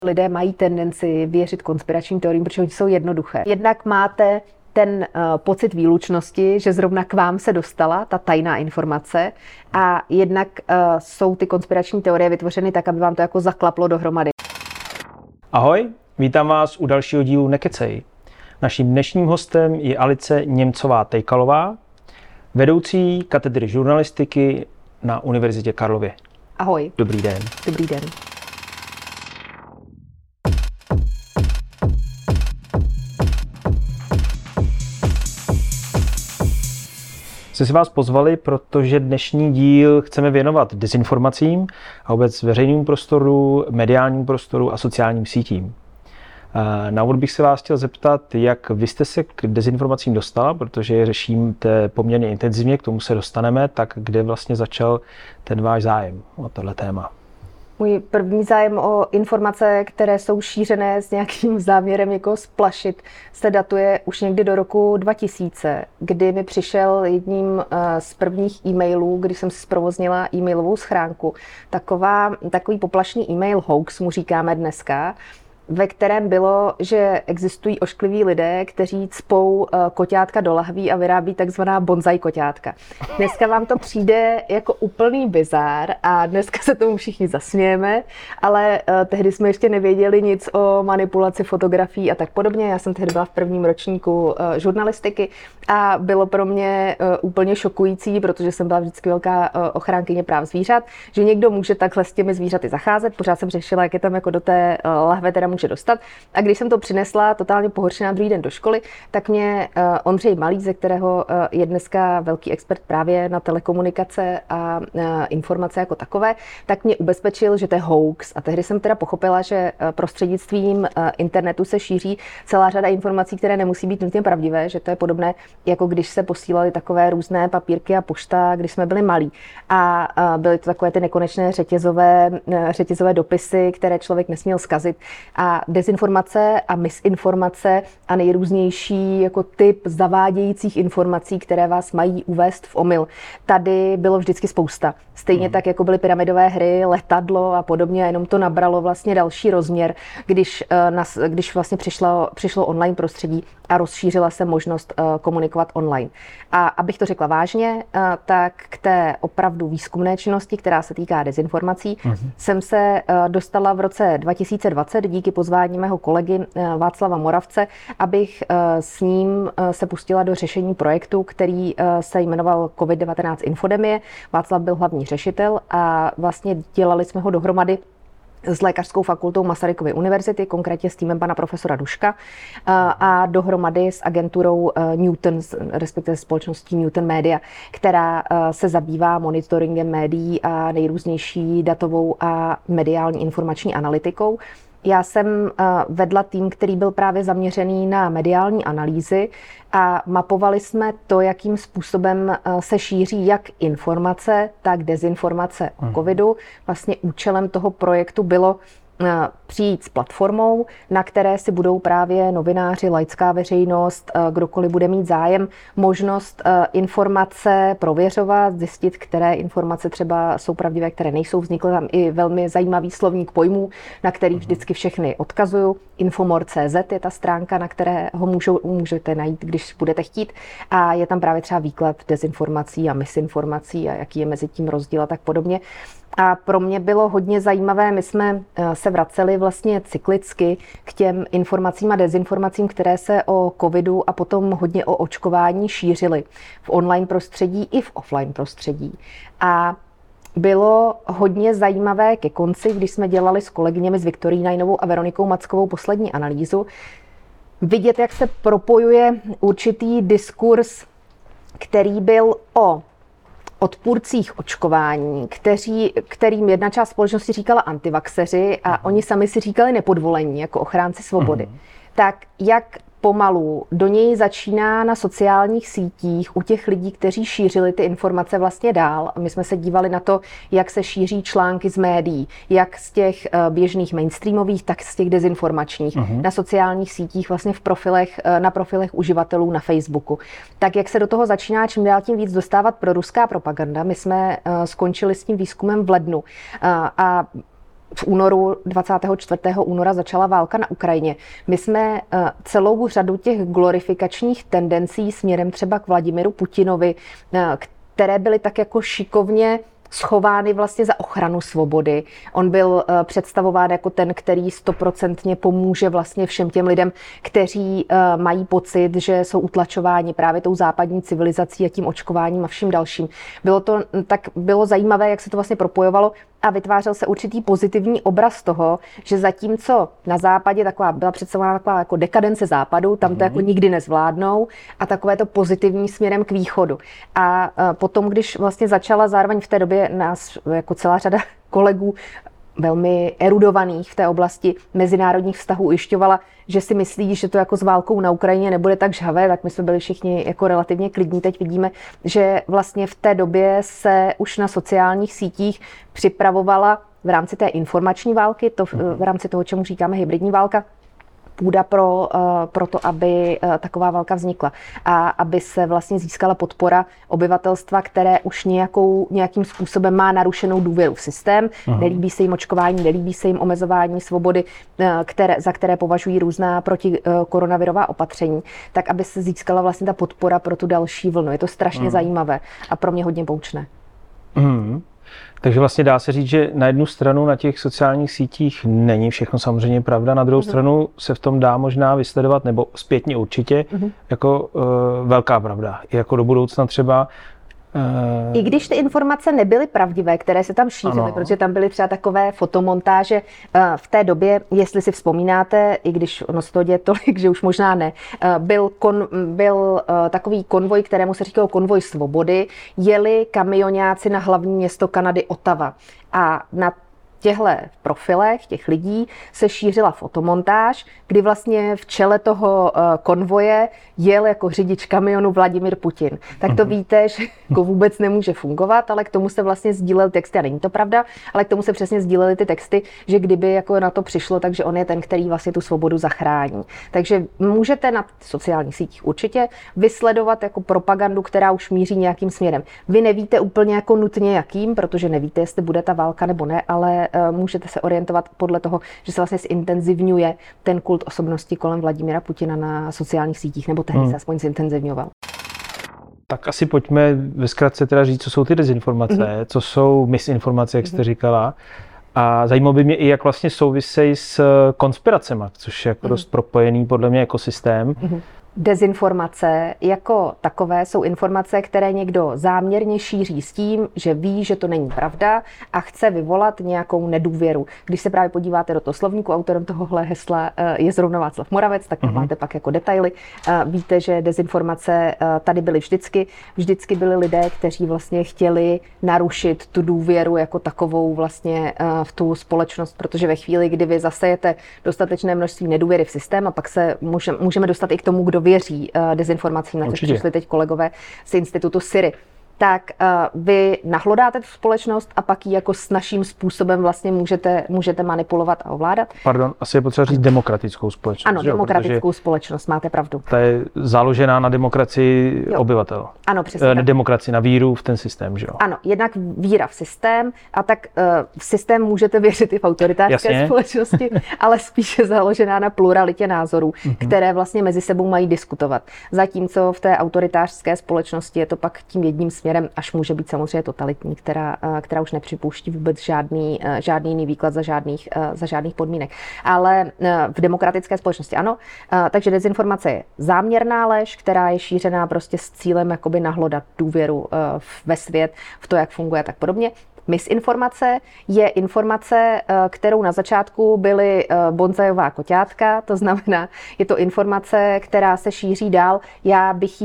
Lidé mají tendenci věřit konspiračním teoriím, protože oni jsou jednoduché. Jednak máte ten pocit výlučnosti, že zrovna k vám se dostala ta tajná informace a jednak jsou ty konspirační teorie vytvořeny tak, aby vám to jako zaklaplo dohromady. Ahoj, vítám vás u dalšího dílu Nekecej. Naším dnešním hostem je Alice Němcová-Tejkalová, vedoucí katedry žurnalistiky na Univerzitě Karlově. Ahoj. Dobrý den. Dobrý den. Jsme si vás pozvali, protože dnešní díl chceme věnovat dezinformacím a vůbec veřejnému prostoru, mediálnímu prostoru a sociálním sítím. Na úvod bych se vás chtěl zeptat, jak vy jste se k dezinformacím dostala, protože je řešíte poměrně intenzivně, k tomu se dostaneme, tak kde vlastně začal ten váš zájem o tohle téma? Můj první zájem o informace, které jsou šířené s nějakým záměrem jako splašit, se datuje už někdy do roku 2000, kdy mi přišel jedním z prvních e-mailů, kdy jsem si zprovoznila e-mailovou schránku, takový poplašný e-mail hoax, mu říkáme dneska, ve kterém bylo, že existují oškliví lidé, kteří cpou koťátka do lahví a vyrábí takzvaná bonzai koťátka. Dneska vám to přijde jako úplný bizár a dneska se tomu všichni zasmějeme, ale tehdy jsme ještě nevěděli nic o manipulaci fotografií a tak podobně. Já jsem tehdy byla v prvním ročníku žurnalistiky a bylo pro mě úplně šokující, protože jsem byla vždycky velká ochránkyně práv zvířat, že někdo může takhle s těmi zvířaty zacházet. Pořád jsem řešila, jak je tam jako do té lahve teda může dostat. A když jsem to přinesla totálně pohoršená druhý den do školy, tak mě Ondřej Malý, ze kterého je dneska velký expert právě na telekomunikace a informace jako takové, tak mě ubezpečil, že to je hoax. A tehdy jsem teda pochopila, že prostřednictvím internetu se šíří celá řada informací, které nemusí být nutně pravdivé, že to je podobné, jako když se posílaly takové různé papírky a pošta, když jsme byli malí. A byly to takové ty nekonečné řetězové dopisy, které člověk nesměl zkazit. A dezinformace a misinformace a nejrůznější jako typ zavádějících informací, které vás mají uvést v omyl. Tady bylo vždycky spousta. Stejně tak, jako byly pyramidové hry, letadlo a podobně, a jenom to nabralo vlastně další rozměr, když vlastně přišlo online prostředí a rozšířila se možnost komunikovat online. A abych to řekla vážně, tak k té opravdu výzkumné činnosti, která se týká dezinformací, jsem se dostala v roce 2020 díky pozvání mého kolegy Václava Moravce, abych s ním se pustila do řešení projektu, který se jmenoval COVID-19 Infodemie. Václav byl hlavní řešitel a vlastně dělali jsme ho dohromady s Lékařskou fakultou Masarykovy univerzity, konkrétně s týmem pana profesora Duška a dohromady s agenturou Newton, respektive společností Newton Media, která se zabývá monitoringem médií a nejrůznější datovou a mediální informační analytikou. Já jsem vedla tým, který byl právě zaměřený na mediální analýzy a mapovali jsme to, jakým způsobem se šíří jak informace, tak dezinformace o covidu. Vlastně účelem toho projektu bylo přijít s platformou, na které si budou právě novináři, laická veřejnost, kdokoliv bude mít zájem, možnost informace prověřovat, zjistit, které informace třeba jsou pravdivé, které nejsou. Vznikl tam i velmi zajímavý slovník pojmů, na který vždycky všechny odkazuju. Infomor.cz je ta stránka, na které ho můžete najít, když budete chtít. A je tam právě třeba výklad dezinformací a misinformací a jaký je mezi tím rozdíl a tak podobně. A pro mě bylo hodně zajímavé, my jsme se vraceli vlastně cyklicky k těm informacím a dezinformacím, které se o covidu a potom hodně o očkování šířily v online prostředí i v offline prostředí. A bylo hodně zajímavé ke konci, když jsme dělali s kolegyněmi s Viktorií Najnovou a Veronikou Mackovou poslední analýzu, vidět, jak se propojuje určitý diskurs, který byl o odpůrcích očkování, kterým jedna část společnosti říkala antivaxeři a oni sami si říkali nepodvolení jako ochránci svobody. Tak jak pomalu do něj začíná na sociálních sítích u těch lidí, kteří šířili ty informace vlastně dál. My jsme se dívali na to, jak se šíří články z médií, jak z těch běžných mainstreamových, tak z těch dezinformačních, na sociálních sítích, vlastně na profilech uživatelů na Facebooku. Tak jak se do toho začíná čím dál tím víc dostávat proruská propaganda. My jsme skončili s tím výzkumem v lednu a v únoru, 24. února začala válka na Ukrajině. My jsme celou řadu těch glorifikačních tendencí směrem třeba k Vladimiru Putinovi, které byly tak jako šikovně schovány vlastně za ochranu svobody. On byl představován jako ten, který 100% pomůže vlastně všem těm lidem, kteří mají pocit, že jsou utlačováni právě tou západní civilizací a tím očkováním a vším dalším. Bylo zajímavé, jak se to vlastně propojovalo a vytvářel se určitý pozitivní obraz toho, že zatímco na západě byla představována taková jako dekadence západu, tam to jako nikdy nezvládnou a takové to pozitivní směrem k východu. A potom, když vlastně začala zároveň v té době nás jako celá řada kolegů velmi erudovaných v té oblasti mezinárodních vztahů ujišťovala, že si myslí, že to jako s válkou na Ukrajině nebude tak žhavé, tak my jsme byli všichni jako relativně klidní. Teď vidíme, že vlastně v té době se už na sociálních sítích připravovala v rámci té informační války, v rámci toho, čemu říkáme hybridní válka, půda pro to, aby taková válka vznikla a aby se vlastně získala podpora obyvatelstva, které už nějakým způsobem má narušenou důvěru v systém, nelíbí se jim očkování, nelíbí se jim omezování svobody, za které považují různá protikoronavirová opatření, tak aby se získala vlastně ta podpora pro tu další vlnu. Je to strašně zajímavé a pro mě hodně poučné. Takže vlastně dá se říct, že na jednu stranu na těch sociálních sítích není všechno samozřejmě pravda, na druhou stranu se v tom dá možná vysledovat, nebo zpětně určitě, jako velká pravda. I jako do budoucna třeba. I když ty informace nebyly pravdivé, které se tam šířily, protože tam byly třeba takové fotomontáže v té době, jestli si vzpomínáte, i když ono se to děje tolik, že už možná ne, byl takový konvoj, kterému se říkalo konvoj svobody, jeli kamionáci na hlavní město Kanady Ottawa a na těchto profilech těch lidí se šířila fotomontáž, kdy vlastně v čele toho konvoje jel jako řidič kamionu Vladimir Putin. Tak to víte, že jako vůbec nemůže fungovat, ale k tomu se vlastně sdílel texty, a není to pravda, ale k tomu se přesně sdílely ty texty, že kdyby jako na to přišlo, takže on je ten, který vlastně tu svobodu zachrání. Takže můžete na sociálních sítích určitě vysledovat jako propagandu, která už míří nějakým směrem. Vy nevíte úplně jako nutně jakým, protože nevíte, jestli bude ta válka nebo ne, ale můžete se orientovat podle toho, že se vlastně zintenzivňuje ten kult osobnosti kolem Vladimira Putina na sociálních sítích, nebo tehdy se aspoň zintenzivňoval. Tak asi pojďme ve zkratce teda říct, co jsou ty dezinformace, co jsou misinformace, jak jste říkala. A zajímalo by mě i, jak vlastně souvisejí s konspiracemi, což je jako dost propojený podle mě ekosystém. Dezinformace jako takové jsou informace, které někdo záměrně šíří s tím, že ví, že to není pravda a chce vyvolat nějakou nedůvěru. Když se právě podíváte do toho slovníku, autorem tohohle hesla je zrovna Václav Moravec, tak tam máte pak jako detaily. Víte, že dezinformace tady byly vždycky. Vždycky byli lidé, kteří vlastně chtěli narušit tu důvěru jako takovou vlastně v tu společnost, protože ve chvíli, kdy vy zasejete dostatečné množství nedůvěry v systém a pak se můžeme dostat i k tomu, kdo věří dezinformacím, na což přišli teď kolegové z institutu Siri, tak vy nahlodáte tu společnost a pak ji jako snazším způsobem vlastně můžete manipulovat a ovládat. Pardon, asi je potřeba říct demokratickou společnost. Ano, demokratickou společnost, máte pravdu. Ta je založená na demokracii obyvatel. Ano, přesně. Demokracii, na víru v ten systém, že jo? Ano, jednak víra v systém a tak v systém můžete věřit i v autoritářské společnosti, ale spíše založená na pluralitě názorů, které vlastně mezi sebou mají diskutovat. Zatímco v té autoritářské společnosti je to pak tím jedním směrem, až může být samozřejmě totalitní, která už nepřipouští vůbec žádný jiný výklad za žádných podmínek. Ale v demokratické společnosti ano. Takže dezinformace je záměrná lež, která je šířená prostě s cílem jakoby nahlodat důvěru ve svět, v to, jak funguje a tak podobně. Misinformace je informace, kterou na začátku byly bonzajová koťátka, to znamená, je to informace, která se šíří dál. Já bych ji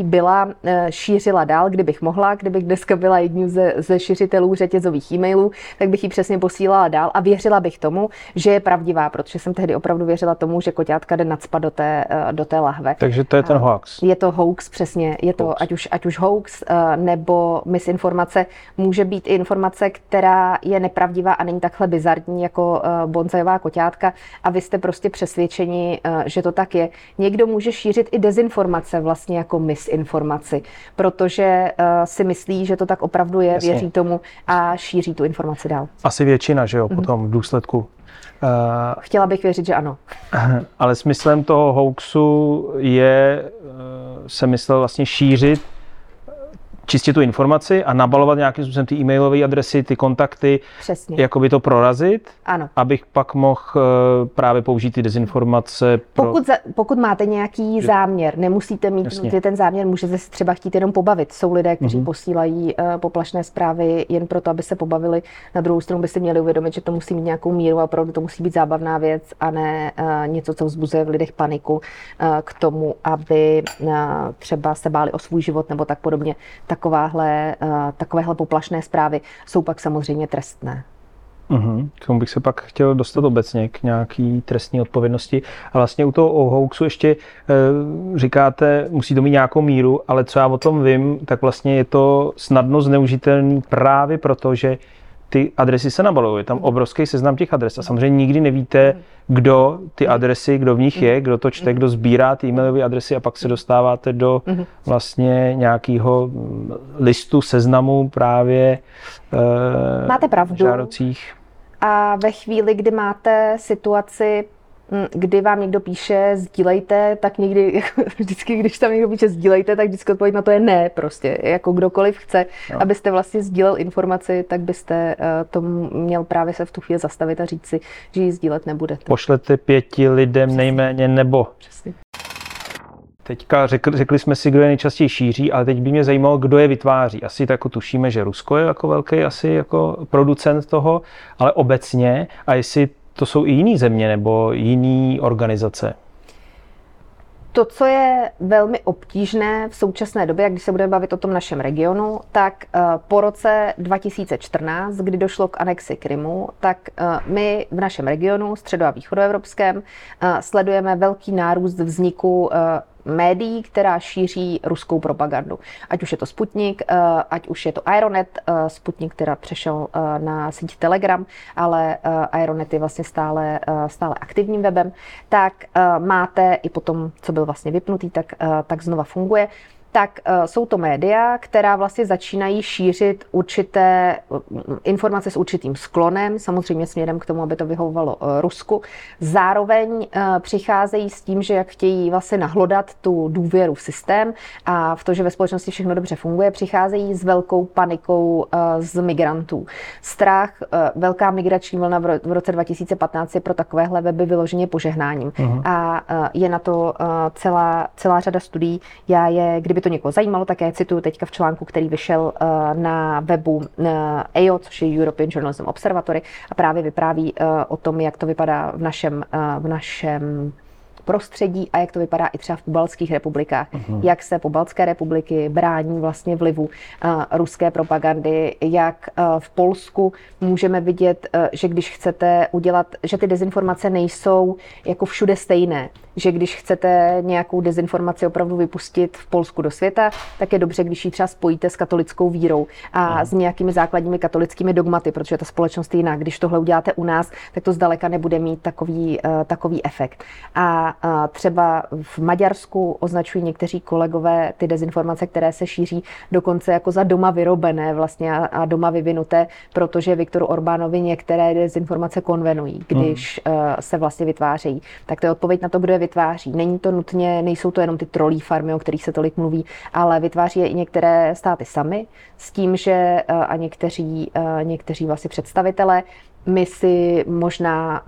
šířila dál, kdybych mohla, kdybych dneska byla jedním ze šiřitelů řetězových e-mailů, tak bych ji přesně posílala dál a věřila bych tomu, že je pravdivá, protože jsem tehdy opravdu věřila tomu, že koťátka jde nacpat do té lahve. Takže to je ten hoax. Je to hoax, přesně. Je to ať už hoax nebo misinformace, může být i informace, která je nepravdivá a není takhle bizarní jako bonzajová koťátka a vy jste prostě přesvědčeni, že to tak je. Někdo může šířit i dezinformace vlastně jako misinformaci, protože si myslí, že to tak opravdu je, věří tomu a šíří tu informaci dál. Asi většina, že jo, potom v důsledku Chtěla bych věřit, že ano. Ale smyslem toho hoaxu je, se myslel vlastně šířit čistě tu informaci a nabalovat nějakým způsobem ty e-mailové adresy, ty kontakty, Přesně. jakoby to prorazit, Ano. abych pak mohl právě použít ty dezinformace. Pokud máte nějaký záměr, nemusíte mít nutně ten záměr, můžete si třeba chtít jenom pobavit. Jsou lidé, kteří posílají poplašné zprávy jen proto, aby se pobavili. Na druhou stranu by si měli uvědomit, že to musí mít nějakou míru a opravdu to musí být zábavná věc a ne něco, co vzbuzuje v lidech paniku k tomu, aby třeba se báli o svůj život nebo tak podobně. Takovéhle poplašné zprávy jsou pak samozřejmě trestné. K tomu bych se pak chtěl dostat obecně k nějaký trestní odpovědnosti. A vlastně u toho hoaxu ještě říkáte, musí to mít nějakou míru, ale co já o tom vím, tak vlastně je to snadno zneužitelný právě proto, že ty adresy se nabalují. Je tam obrovský seznam těch adres a samozřejmě nikdy nevíte, kdo ty adresy, kdo v nich je, kdo to čte, kdo sbírá ty e-mailové adresy a pak se dostáváte do vlastně nějakého listu, seznamu právě máte pravdu. žádoucích. A ve chvíli, kdy máte situaci, kdy vám někdo píše sdílejte, tak někdy, vždycky, když tam někdo píše sdílejte, tak vždycky odpověď na to je ne prostě. Jako kdokoliv chce, abyste vlastně sdílel informaci, tak byste to měl právě se v tu chvíli zastavit a říct si, že ji sdílet nebudete. Pošlete 5 lidem nejméně nebo. Přesně. Teďka řekli jsme si, kdo je nejčastěji šíří, ale teď by mě zajímalo, kdo je vytváří. Asi tak jako tušíme, že Rusko je jako velký asi jako producent toho, ale obecně a jestli to jsou i jiné země nebo jiné organizace. To, co je velmi obtížné v současné době, jak když se budeme bavit o tom našem regionu, tak po roce 2014, kdy došlo k anexi Krymu, tak my v našem regionu, středo- a východoevropském, sledujeme velký nárůst vzniku médií, která šíří ruskou propagandu. Ať už je to Sputnik, ať už je to Aeronet, Sputnik, která přešel na síť Telegram, ale Aeronet je vlastně stále aktivním webem, tak máte i potom, co byl vlastně vypnutý, tak znova funguje. Tak jsou to média, která vlastně začínají šířit určité informace s určitým sklonem, samozřejmě směrem k tomu, aby to vyhovovalo Rusku. Zároveň přicházejí s tím, že jak chtějí vlastně nahlodat tu důvěru v systém a v to, že ve společnosti všechno dobře funguje, přicházejí s velkou panikou z migrantů. Strach, velká migrační vlna v roce 2015 je pro takovéhle weby vyloženě požehnáním. A je na to celá řada studií. Kdyby to někoho zajímalo, tak já cituju teďka v článku, který vyšel na webu EO, což je European Journalism Observatory, a právě vypráví o tom, jak to vypadá v našem prostředí a jak to vypadá i třeba v pobaltských republikách. Jak se pobaltské republiky brání vlastně vlivu ruské propagandy, jak v Polsku můžeme vidět, že když chcete udělat, že ty dezinformace nejsou jako všude stejné, že když chcete nějakou dezinformaci opravdu vypustit v Polsku do světa, tak je dobře, když ji třeba spojíte s katolickou vírou a s nějakými základními katolickými dogmaty, protože ta společnost je jiná. Když tohle uděláte u nás, tak to zdaleka nebude mít takový efekt. A třeba v Maďarsku označují někteří kolegové ty dezinformace, které se šíří dokonce jako za doma vyrobené vlastně a doma vyvinuté, protože Viktoru Orbánovi některé dezinformace konvenují, když se vlastně vytvářejí. Tak to je odpověď na to, kdo je vytváří. Nejsou to jenom ty trolí farmy, o kterých se tolik mluví, ale vytváří je i některé státy sami s tím, že a někteří vlastně představitelé. My si možná,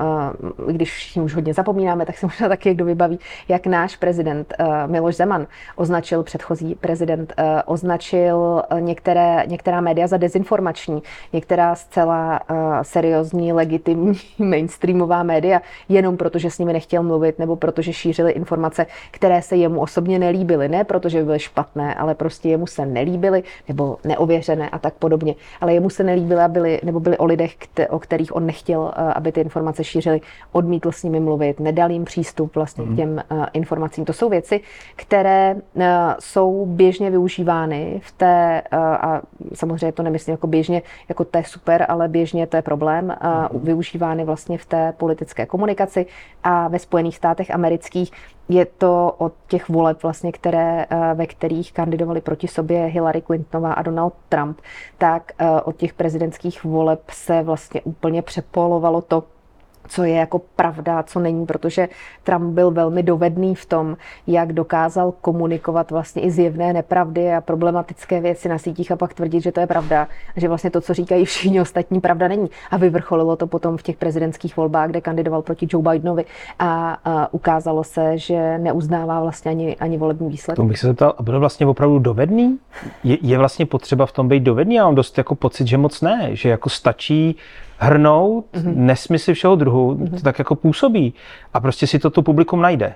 když už hodně zapomínáme, tak si možná taky někdo vybaví, jak náš prezident Miloš Zeman předchozí prezident označil některá média za dezinformační, některá zcela seriózní, legitimní mainstreamová média, jenom protože s nimi nechtěl mluvit, nebo protože šířili informace, které se jemu osobně nelíbily. Ne protože by byly špatné, ale prostě jemu se nelíbily, nebo neověřené a tak podobně. Ale jemu se nelíbily, nebo byly o lidech, o kterých on nechtěl, aby ty informace šířili, odmítl s nimi mluvit, nedal jim přístup vlastně k těm informacím. To jsou věci, které jsou běžně využívány v té, a samozřejmě to nemyslím jako běžně, jako to je super, ale běžně to je problém, využívány vlastně v té politické komunikaci a ve Spojených státech amerických je to od těch voleb vlastně, ve kterých kandidovali proti sobě Hillary Clintonová a Donald Trump, tak od těch prezidentských voleb se vlastně úplně přepolovalo to, co je jako pravda, co není, protože Trump byl velmi dovedný v tom, jak dokázal komunikovat vlastně i zjevné nepravdy a problematické věci na sítích a pak tvrdit, že to je pravda a že vlastně to, co říkají všichni ostatní, pravda není. A vyvrcholilo to potom v těch prezidentských volbách, kde kandidoval proti Joe Bidenovi a ukázalo se, že neuznává vlastně ani volební výsledky. Tomu bych se zeptal, a byl vlastně opravdu dovedný? Je vlastně potřeba v tom být dovedný? Já mám dost jako pocit, že moc ne, že jako stačí hrnout nesmysly všeho druhu, to tak jako působí a prostě si to publikum najde.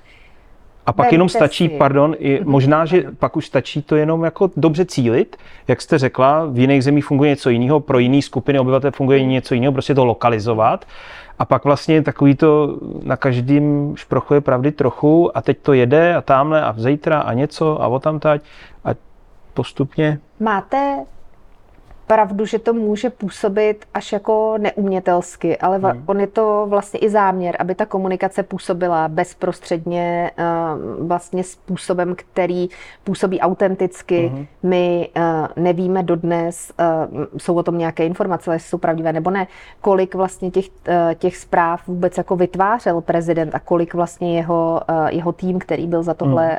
A pak jenom stačí, možná, že pak už stačí to jenom jako dobře cílit, jak jste řekla, v jiných zemích funguje něco jiného, pro jiné skupiny obyvatel funguje něco jiného, prostě to lokalizovat. A pak vlastně takový to na každém šprochu je pravdy trochu a teď to jede a tamhle a zítra a něco a otamtať a postupně. Máte pravdu, že to může působit až jako neumětelsky, ale on je to vlastně i záměr, aby ta komunikace působila bezprostředně vlastně způsobem, který působí autenticky. My nevíme dodnes, jsou o tom nějaké informace, jestli jsou pravdivé nebo ne, kolik vlastně těch zpráv vůbec jako vytvářel prezident a kolik vlastně jeho tým, který byl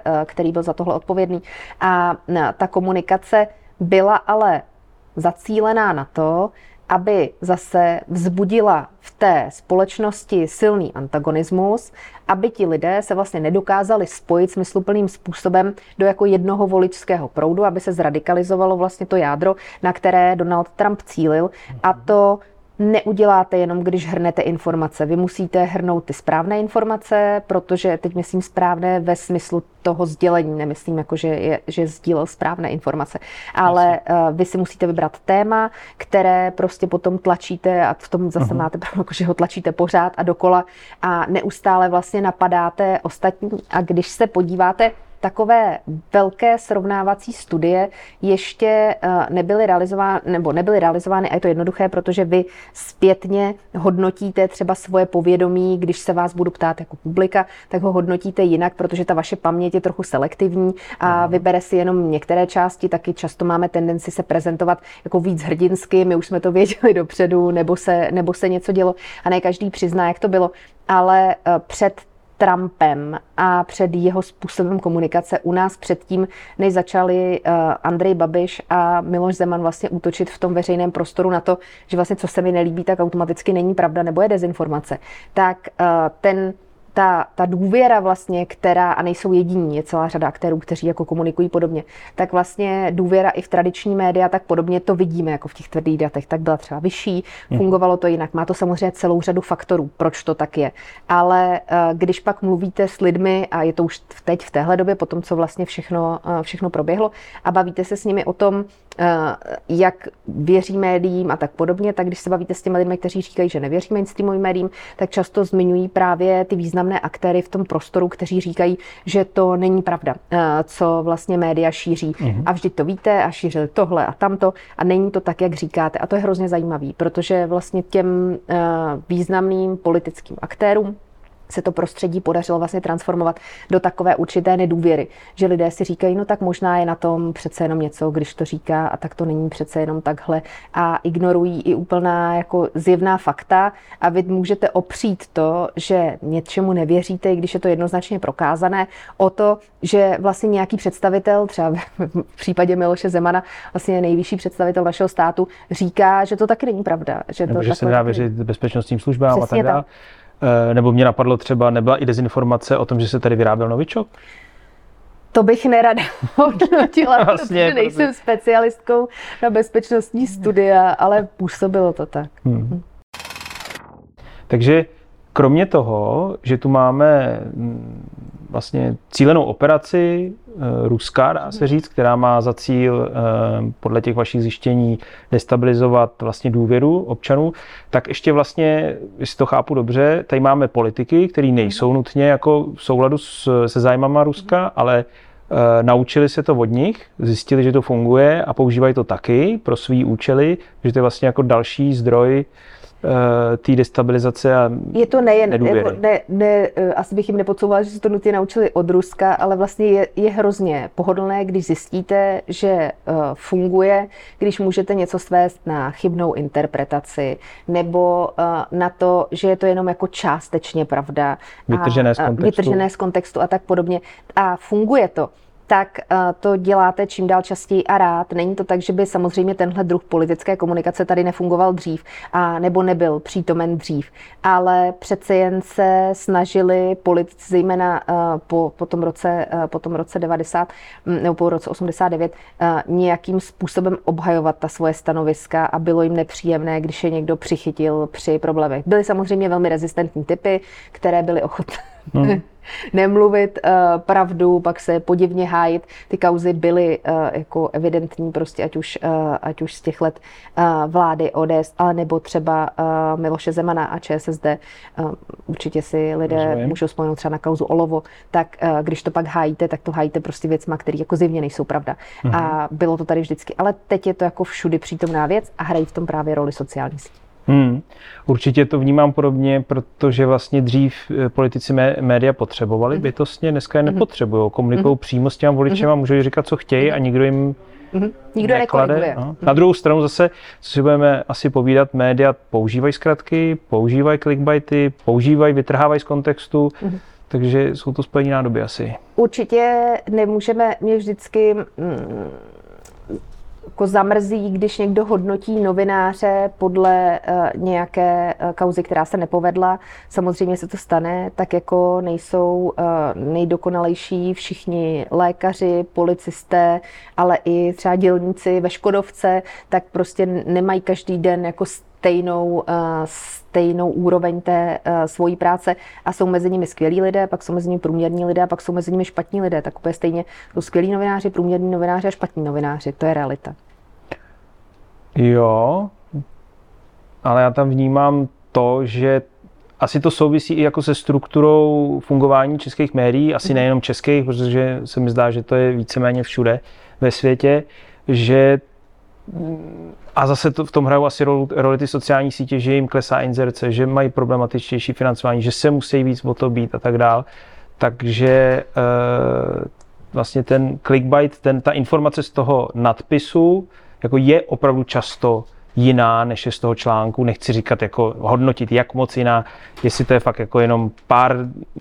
za tohle odpovědný. A ta komunikace byla ale zacílená na to, aby zase vzbudila v té společnosti silný antagonismus, aby ti lidé se vlastně nedokázali spojit smysluplným způsobem do jako jednoho voličského proudu, aby se zradikalizovalo vlastně to jádro, na které Donald Trump cílil. A to neuděláte jenom, když hrnete informace. Vy musíte hrnout ty správné informace, protože teď myslím správné ve smyslu toho sdělení, nemyslím jako, že sdílel správné informace, ale vy si musíte vybrat téma, které prostě potom tlačíte a v tom zase máte pravdu, že ho tlačíte pořád a dokola a neustále vlastně napadáte ostatní a když se podíváte, takové velké srovnávací studie ještě nebyly realizovány a je to jednoduché, protože vy zpětně hodnotíte třeba svoje povědomí, když se vás budu ptát jako publika, tak ho hodnotíte jinak, protože ta vaše paměť je trochu selektivní a vybere si jenom některé části, taky často máme tendenci se prezentovat jako víc hrdinsky, my už jsme to věděli dopředu, nebo se něco dělo a ne každý přizná, jak to bylo, ale před Trumpem a před jeho způsobem komunikace u nás předtím, než začali Andrej Babiš a Miloš Zeman vlastně útočit v tom veřejném prostoru na to, že vlastně co se mi nelíbí, tak automaticky není pravda nebo je dezinformace, tak ta důvěra vlastně, která, a nejsou jediní, je celá řada aktérů, kteří jako komunikují podobně, tak vlastně důvěra i v tradiční média, tak podobně to vidíme jako v těch tvrdých datech, tak byla třeba vyšší, fungovalo to jinak. Má to samozřejmě celou řadu faktorů, proč to tak je. Ale když pak mluvíte s lidmi, a je to už teď v téhle době, po tom, co vlastně všechno proběhlo, a bavíte se s nimi o tom, jak věří médiím a tak podobně, tak když se bavíte s těmi lidmi, kteří říkají, že nevěří mainstreamovým médiím, tak často zmiňují právě ty významné aktéry v tom prostoru, kteří říkají, že to není pravda, co vlastně média šíří. A vždyť to víte a šířili tohle a tamto a není to tak, jak říkáte. A to je hrozně zajímavý, protože vlastně těm významným politickým aktérům se to prostředí podařilo vlastně transformovat do takové určité nedůvěry, že lidé si říkají, no tak možná je na tom přece jenom něco, když to říká a tak to není přece jenom takhle a ignorují i úplná jako zjevná fakta a vy můžete opřít to, že něčemu nevěříte, i když je to jednoznačně prokázané, o to, že vlastně nějaký představitel, třeba v případě Miloše Zemana, vlastně nejvyšší představitel našeho státu, říká, že to taky není pravda. Že se nedá věřit bezpečnostním službám a tak dále. Nebo mě napadlo třeba, nebyla i dezinformace o tom, že se tady vyráběl novičok? To bych nerada hodnotila, protože nejsem specialistkou na bezpečnostní studia, ale působilo to tak. Takže kromě toho, že tu máme vlastně cílenou operaci Ruska, dá se říct, která má za cíl podle těch vašich zjištění destabilizovat vlastně důvěru občanů, tak ještě vlastně, jestli to chápu dobře, tady máme politiky, který nejsou nutně jako v souladu se zájmama Ruska, ale naučili se to od nich, zjistili, že to funguje a používají to taky pro svý účely, že to je vlastně jako další zdroj té destabilizace a je to nejen, nedůvěry. asi bych jim nepodsouvala, že se to nutně naučili od Ruska, ale vlastně je hrozně pohodlné, když zjistíte, že funguje, když můžete něco svést na chybnou interpretaci nebo na to, že je to jenom jako částečně pravda. Vytržené z kontextu a tak podobně. A funguje to. Tak to děláte čím dál častěji a rád. Není to tak, že by samozřejmě tenhle druh politické komunikace tady nefungoval dřív a nebo nebyl přítomen dřív, ale přece jen se snažili politici, zejména po tom roce 90 nebo po roce 89, nějakým způsobem obhajovat ta svoje stanoviska a bylo jim nepříjemné, když je někdo přichytil při problémech. Byly samozřejmě velmi rezistentní typy, které byly ochotné nemluvit pravdu, pak se podivně hájit. Ty kauzy byly jako evidentní, prostě ať už z těch let vlády ODS, ale nebo třeba Miloše Zemana a ČSSD. Určitě si lidé můžou vzpomenout třeba na kauzu Olovo, tak když to pak hájíte, tak to hájíte prostě věcma, které jako zjevně nejsou pravda. A bylo to tady vždycky. Ale teď je to jako všudy přítomná věc a hrají v tom právě roli sociální sítě. Určitě to vnímám podobně, protože vlastně dřív politici média potřebovali bytostně, dneska je nepotřebují. Komunikují přímo s těma voličema, můžou říkat, co chtějí a nikdo jim neklade. Na druhou stranu zase, co si budeme asi povídat, média používají zkratky, používají clickbaity, vytrhávají z kontextu, takže jsou to spojené nádoby asi. Určitě nemůžeme, mě vždycky jako zamrzí, když někdo hodnotí novináře podle nějaké kauzy, která se nepovedla. Samozřejmě se to stane, tak jako nejsou nejdokonalejší všichni lékaři, policisté, ale i třeba dělníci ve Škodovce, tak prostě nemají každý den jako stejnou úroveň té svojí práce a jsou mezi nimi skvělí lidé, pak jsou mezi nimi průměrní lidé a pak jsou mezi nimi špatní lidé. Tak úplně stejně jsou skvělí novináři, průměrní novináři a špatní novináři. To je realita. Jo, ale já tam vnímám to, že asi to souvisí i jako se strukturou fungování českých médií, asi nejenom českých, protože se mi zdá, že to je víceméně všude ve světě, že a zase v tom hrajou asi roli ty sociální sítě, že jim klesá inzerce, že mají problematičtější financování, že se musí víc o to být a tak dál. Takže vlastně ten clickbait, ta informace z toho nadpisu jako je opravdu často jiná, než je z toho článku. Nechci říkat, jako hodnotit, jak moc jiná, jestli to je fakt jako jenom pár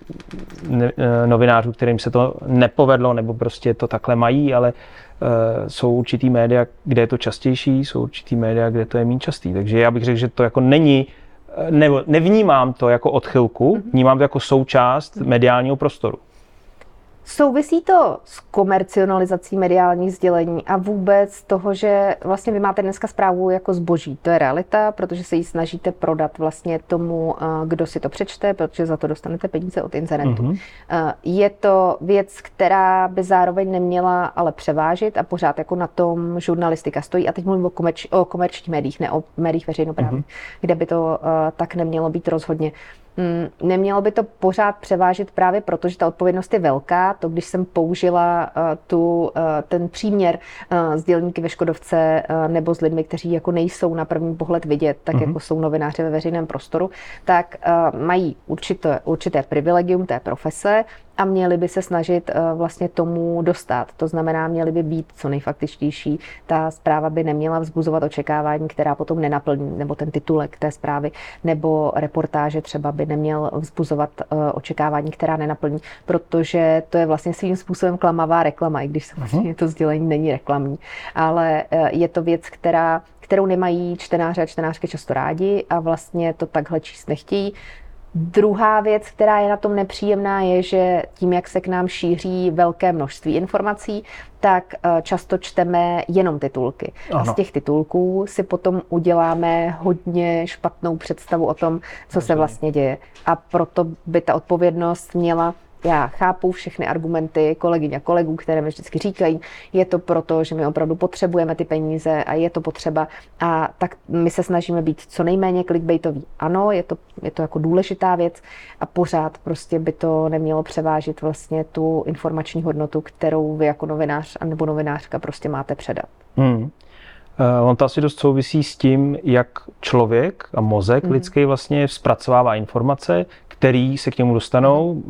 novinářů, kterým se to nepovedlo, nebo prostě to takhle mají, ale jsou určitý média, kde je to častější, jsou určitý média, kde to je méně častý. Takže já bych řekl, že to jako není, nevnímám to jako odchylku, vnímám to jako součást mediálního prostoru. Souvisí to s komercionalizací mediálních sdělení a vůbec toho, že vlastně vy máte dneska zprávu jako zboží. To je realita, protože se ji snažíte prodat vlastně tomu, kdo si to přečte, protože za to dostanete peníze od internetu. Je to věc, která by zároveň neměla ale převážit a pořád jako na tom žurnalistika stojí. A teď mluvím o komerčních médiích, ne o médiích veřejnoprávních, kde by to tak nemělo být rozhodně. Nemělo by to pořád převážit právě proto, že ta odpovědnost je velká. To, když jsem použila ten příměr s dělníky ve Škodovce nebo s lidmi, kteří jako nejsou na první pohled vidět, tak jako jsou novináři ve veřejném prostoru, tak mají určité privilegium té profese a měli by se snažit vlastně tomu dostat. To znamená, měli by být co nejfaktičtější. Ta zpráva by neměla vzbuzovat očekávání, která potom nenaplní, nebo ten titulek té zprávy, nebo reportáže třeba by neměl vzbuzovat očekávání, která nenaplní, protože to je vlastně svým způsobem klamavá reklama, i když samozřejmě to sdělení není reklamní. Ale je to věc, kterou nemají čtenáři a čtenářky často rádi a vlastně to takhle číst nechtějí. Druhá věc, která je na tom nepříjemná, je, že tím, jak se k nám šíří velké množství informací, tak často čteme jenom titulky. Ano. A z těch titulků si potom uděláme hodně špatnou představu o tom, co se vlastně děje. A proto by ta odpovědnost měla. Já chápu všechny argumenty kolegyň a kolegů, které mi vždycky říkají, je to proto, že my opravdu potřebujeme ty peníze a je to potřeba a tak my se snažíme být co nejméně clickbaitový. Ano, je to jako důležitá věc a pořád prostě by to nemělo převážit vlastně tu informační hodnotu, kterou vy jako novinář nebo novinářka prostě máte předat. On to asi dost souvisí s tím, jak člověk a mozek lidský vlastně zpracovává informace, které se k němu dostanou.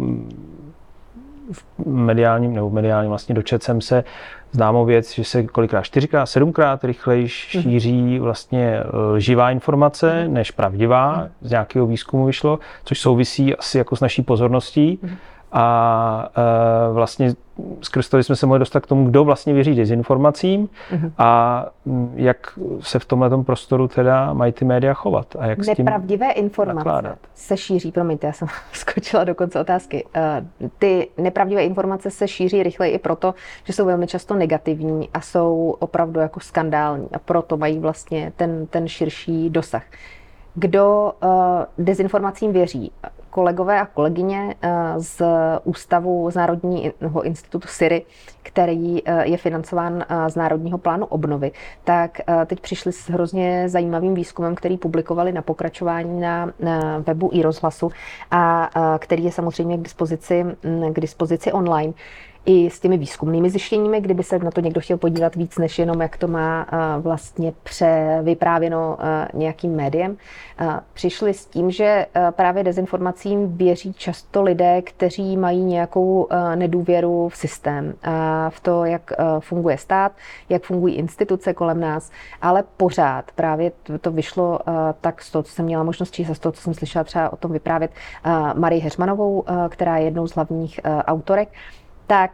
V mediálním vlastně dočetl jsem se známou věc, že se kolikrát 4x, 7x rychleji šíří vlastně lživá informace než pravdivá. Z nějakého výzkumu vyšlo, což souvisí asi jako s naší pozorností. A vlastně skrz toho jsme se mohli dostat k tomu, kdo vlastně věří dezinformacím a jak se v tomhletom prostoru teda mají ty média chovat a jak s tím nepravdivé informace nakládat. Se šíří, promiňte, já jsem skočila do konce otázky. Ty nepravdivé informace se šíří rychleji i proto, že jsou velmi často negativní a jsou opravdu jako skandální a proto mají vlastně ten širší dosah. Kdo dezinformacím věří? Kolegové a kolegyně z Ústavu z Národního institutu SIRI, který je financován z Národního plánu obnovy, tak teď přišli s hrozně zajímavým výzkumem, který publikovali na pokračování na webu iRozhlasu a který je samozřejmě k dispozici online. I s těmi výzkumnými zjištěními, kdyby se na to někdo chtěl podívat víc, než jenom jak to má vlastně vyprávěno nějakým médiem. Přišli s tím, že právě dezinformacím věří často lidé, kteří mají nějakou nedůvěru v systém, v to, jak funguje stát, jak fungují instituce kolem nás, ale pořád právě to vyšlo tak z toho, co jsem měla možnost číst, z toho, co jsem slyšela třeba o tom vyprávět Marii Heřmanovou, která je jednou z hlavních autorek, tak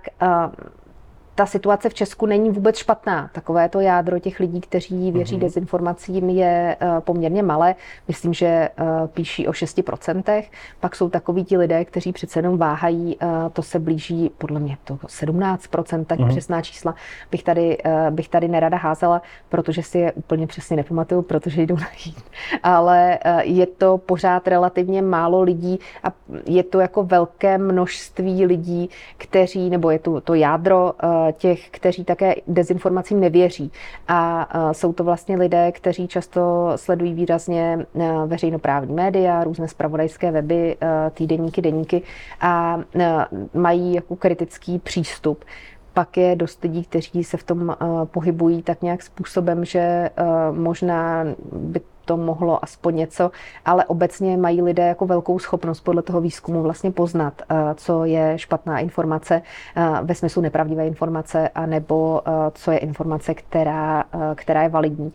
ta situace v Česku není vůbec špatná. Takové to jádro těch lidí, kteří věří dezinformacím, je poměrně malé. Myslím, že píší o 6%. Pak jsou takoví ti lidé, kteří přece jenom váhají. To se blíží podle mě to 17%, tak přesná čísla bych tady nerada házela, protože si je úplně přesně nepamatuju, protože jdou najít. Ale je to pořád relativně málo lidí a je to jako velké množství lidí, kteří, nebo je to jádro těch, kteří také dezinformacím nevěří. A jsou to vlastně lidé, kteří často sledují výrazně veřejnoprávní média, různé zpravodajské weby, týdeníky, deníky a mají jako kritický přístup. Pak je dost lidí, kteří se v tom pohybují tak nějak způsobem, že možná by to mohlo aspoň něco, ale obecně mají lidé jako velkou schopnost podle toho výzkumu vlastně poznat, co je špatná informace ve smyslu nepravdivé informace, anebo co je informace, která je validní.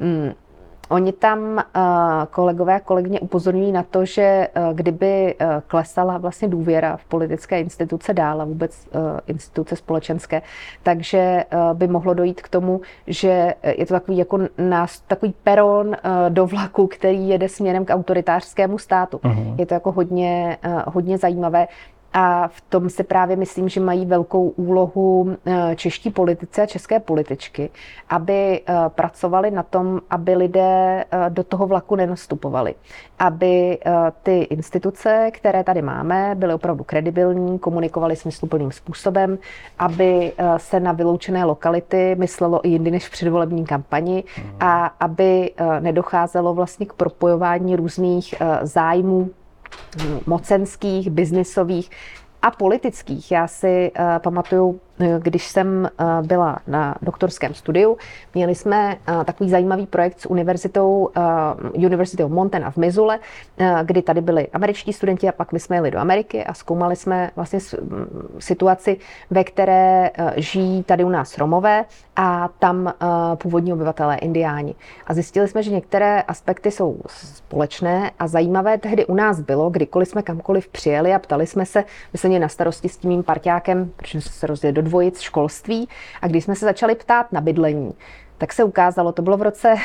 Oni tam kolegové a kolegyně upozorňují na to, že kdyby klesala vlastně důvěra v politické instituce dál a vůbec instituce společenské, takže by mohlo dojít k tomu, že je to takový peron do vlaku, který jede směrem k autoritářskému státu. Je to jako hodně zajímavé. A v tom si právě myslím, že mají velkou úlohu čeští politici a české političky, aby pracovali na tom, aby lidé do toho vlaku nenastupovali. Aby ty instituce, které tady máme, byly opravdu kredibilní, komunikovaly smysluplným způsobem, aby se na vyloučené lokality myslelo i jindy než v předvolební kampani a aby nedocházelo vlastně k propojování různých zájmů mocenských, biznisových a politických. Já si pamatuju, když jsem byla na doktorském studiu, měli jsme takový zajímavý projekt s University of Montana v Missoule, kdy tady byli američtí studenti a pak my jsme jeli do Ameriky a zkoumali jsme vlastně situaci, ve které žijí tady u nás Romové a tam původní obyvatelé indiáni. A zjistili jsme, že některé aspekty jsou společné a zajímavé tehdy u nás bylo, kdykoliv jsme kamkoliv přijeli a ptali jsme se, my jsme měli na starosti s tím mým parťákem, protože jsme se rozdělili do dvojic školství a když jsme se začali ptát na bydlení, tak se ukázalo, to bylo v roce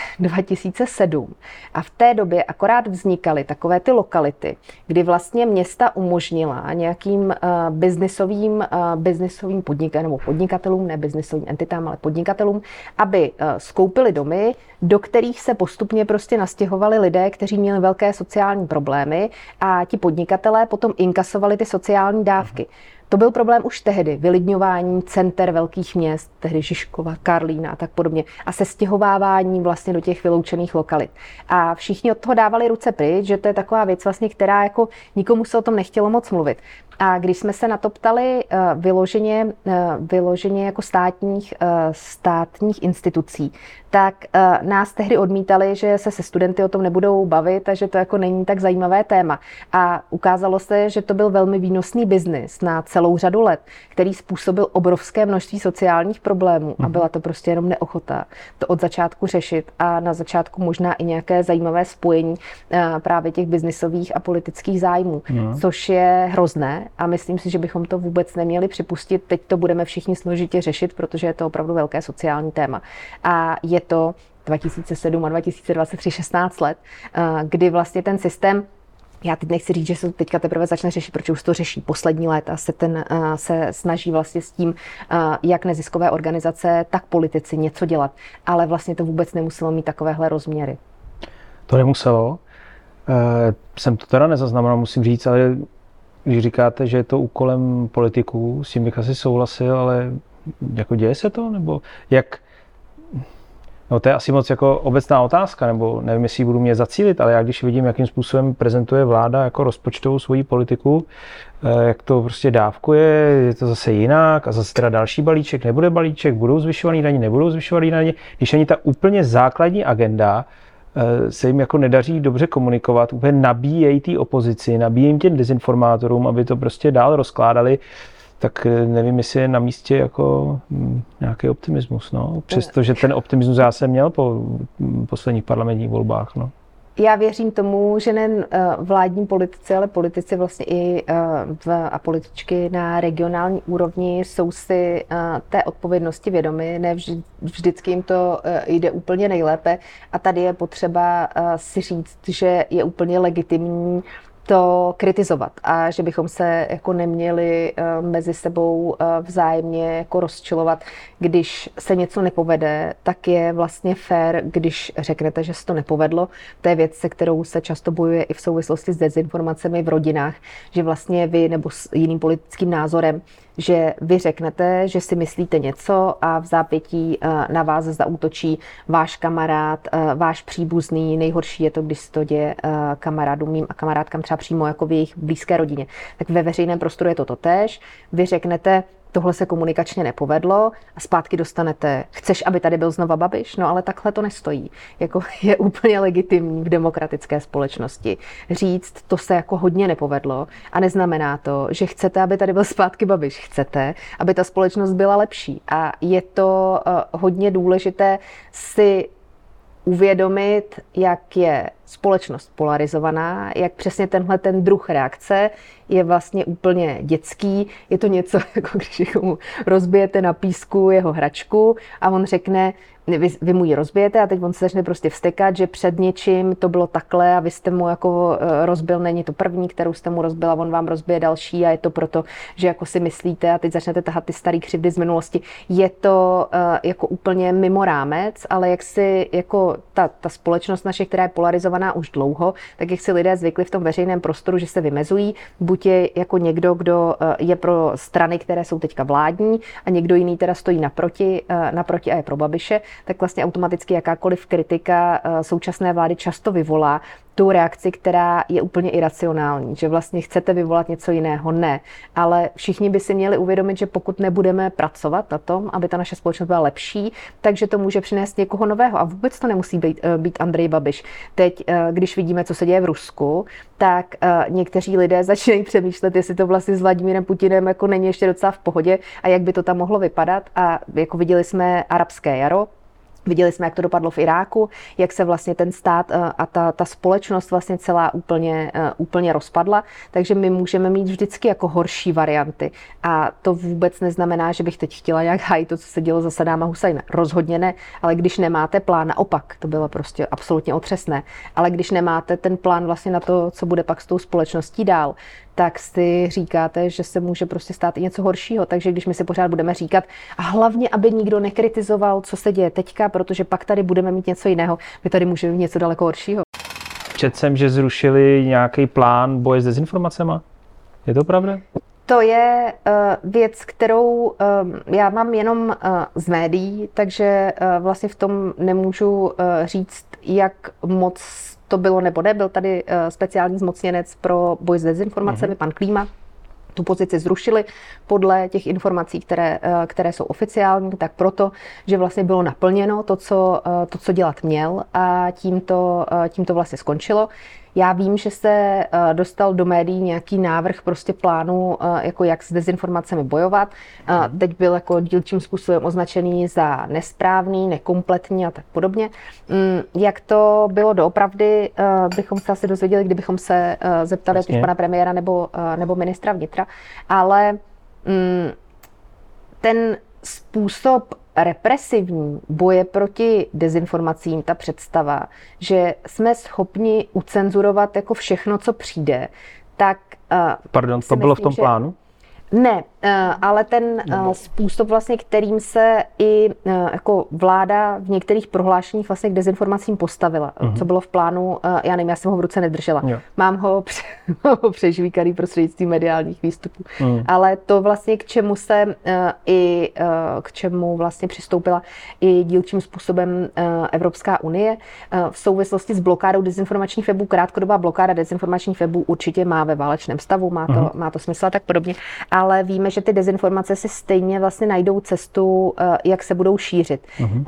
2007 a v té době akorát vznikaly takové ty lokality, kdy vlastně města umožnila nějakým biznisovým podnikatelům, ne biznisovým entitám, ale podnikatelům, aby skoupili domy, do kterých se postupně prostě nastěhovali lidé, kteří měli velké sociální problémy a ti podnikatelé potom inkasovali ty sociální dávky. To byl problém už tehdy, vylidňování center velkých měst, tehdy Žižkova, Karlína a tak podobně, a sestěhovávání vlastně do těch vyloučených lokalit. A všichni od toho dávali ruce pryč, že to je taková věc vlastně, která jako nikomu se o tom nechtělo moc mluvit. A když jsme se na to ptali vyloženě jako státních institucí, tak nás tehdy odmítali, že se studenty o tom nebudou bavit a že to jako není tak zajímavé téma. A ukázalo se, že to byl velmi výnosný biznis na celou řadu let, který způsobil obrovské množství sociálních problémů a byla to prostě jenom neochota to od začátku řešit a na začátku možná i nějaké zajímavé spojení právě těch biznisových a politických zájmů, což je hrozné a myslím si, že bychom to vůbec neměli připustit. Teď to budeme všichni složitě řešit, protože je to opravdu velké sociální téma. A je to 2007 a 2023 16 let, kdy vlastně ten systém, já teď nechci říct, že se to teďka teprve začne řešit, protože už to řeší poslední let a se snaží vlastně s tím, jak neziskové organizace, tak politici něco dělat. Ale vlastně to vůbec nemuselo mít takovéhle rozměry. To nemuselo. Jsem to teda nezaznamenal, musím říct, ale když říkáte, že je to úkolem politiků, s tím bych asi souhlasil, ale jako děje se to? Nebo jak? No to je asi moc jako obecná otázka, nebo nevím, jestli budu mě zacílit, ale já když vidím, jakým způsobem prezentuje vláda jako rozpočtovou svoji politiku, jak to prostě dávkuje, je to zase jinak a zase teda další balíček, nebude balíček, budou zvyšovaný daně, nebudou zvyšovaný daně, když ani ta úplně základní agenda se jim jako nedaří dobře komunikovat, úplně nabíjejí té opozici, nabíjejí těm dezinformátorům, aby to prostě dál rozkládali, tak nevím, jestli je na místě jako nějaký optimismus, no. Přestože ten optimismus já jsem měl po posledních parlamentních volbách, no. Já věřím tomu, že nejen vládní politici, ale politici vlastně a političky na regionální úrovni jsou si té odpovědnosti vědomi. Ne vždycky jim to jde úplně nejlépe a tady je potřeba si říct, že je úplně legitimní to kritizovat a že bychom se jako neměli mezi sebou vzájemně jako rozčilovat. Když se něco nepovede, tak je vlastně fér, když řeknete, že se to nepovedlo. To je věc, se kterou se často bojuje i v souvislosti s dezinformacemi v rodinách, že vlastně vy nebo s jiným politickým názorem, že vy řeknete, že si myslíte něco a v zápětí na vás zaútočí váš kamarád, váš příbuzný. Nejhorší je to, když se to děje kamarádům mým a kamarádkám třeba přímo jako v jejich blízké rodině. Tak ve veřejném prostoru je to totéž. Vy řeknete, tohle se komunikačně nepovedlo a zpátky dostanete, chceš, aby tady byl znova Babiš? No ale takhle to nestojí. Jako je úplně legitimní v demokratické společnosti říct, to se jako hodně nepovedlo a neznamená to, že chcete, aby tady byl zpátky Babiš. Chcete, aby ta společnost byla lepší a je to hodně důležité si uvědomit, jak je společnost polarizovaná, jak přesně tenhle ten druh reakce je vlastně úplně dětský. Je to něco, jako když mu rozbijete na písku jeho hračku a on řekne, vy mu ji rozbijete a teď on se začne prostě vztekat, že před něčím to bylo takhle a vy jste mu jako rozbil, není to první, kterou jste mu rozbila, on vám rozbije další a je to proto, že jako si myslíte a teď začnete tahat ty staré křivdy z minulosti. Je to jako úplně mimo rámec, ale jak si jako ta společnost naše, která je polarizovaná už dlouho, tak jak si lidé zvykli v tom veřejném prostoru, že se vymezují, buď je jako někdo, kdo je pro strany, které jsou teďka vládní a někdo jiný teda stojí naproti a je pro Babiše, tak vlastně automaticky jakákoliv kritika současné vlády často vyvolá tu reakci, která je úplně iracionální, že vlastně chcete vyvolat něco jiného. Ne, ale všichni by si měli uvědomit, že pokud nebudeme pracovat na tom, aby ta naše společnost byla lepší, takže to může přinést někoho nového a vůbec to nemusí být Andrej Babiš. Teď, když vidíme, co se děje v Rusku, tak někteří lidé začínají přemýšlet, jestli to vlastně s Vladimírem Putinem jako není ještě docela v pohodě a jak by to tam mohlo vypadat. A jako viděli jsme arabské jaro, viděli jsme, jak to dopadlo v Iráku, jak se vlastně ten stát a ta společnost vlastně celá úplně rozpadla, takže my můžeme mít vždycky jako horší varianty. A to vůbec neznamená, že bych teď chtěla nějak hájit to, co se dělo za Sadáma Husajna. Rozhodně ne, ale když nemáte plán, naopak, to bylo prostě absolutně otřesné, ale když nemáte ten plán vlastně na to, co bude pak s tou společností dál, tak si říkáte, že se může prostě stát i něco horšího. Takže když my si pořád budeme říkat, a hlavně, aby nikdo nekritizoval, co se děje teďka, protože pak tady budeme mít něco jiného, my tady můžeme mít něco daleko horšího. Četl jsem, že zrušili nějaký plán boje s dezinformacema. Je to pravda? To je věc, kterou já mám jenom z médií, takže vlastně v tom nemůžu říct, jak moc to bylo nebo ne. Byl tady speciální zmocněnec pro boj s dezinformacemi, pan Klíma. tu pozici zrušili podle těch informací, které jsou oficiální, tak proto, že vlastně bylo naplněno to, co dělat měl a tím to vlastně skončilo. Já vím, že se dostal do médií nějaký návrh prostě plánu, jako jak s dezinformacemi bojovat. Teď byl jako dílčím způsobem označený za nesprávný, nekompletní a tak podobně. Jak to bylo doopravdy, bychom se asi dozvěděli, kdybychom se zeptali pana premiéra nebo ministra vnitra. Ale ten způsob represivní boje proti dezinformacím, ta představa, že jsme schopni ucenzurovat jako všechno, co přijde, tak... Pardon, to bylo v tom plánu? Ne, ale ten způsob vlastně, kterým se i jako vláda v některých prohlášeních vlastně k dezinformacím postavila, co bylo v plánu, já nevím, já jsem ho v ruce nedržela. Jo. Mám ho přežvíkaný prostřednictvím mediálních výstupů. Ale to vlastně, k čemu vlastně přistoupila i dílčím způsobem Evropská unie v souvislosti s blokádou dezinformačních webů, krátkodobá blokáda dezinformačních webů určitě má ve válečném stavu, má to smysl a tak podobně. Ale víme, že ty dezinformace si stejně vlastně najdou cestu, jak se budou šířit.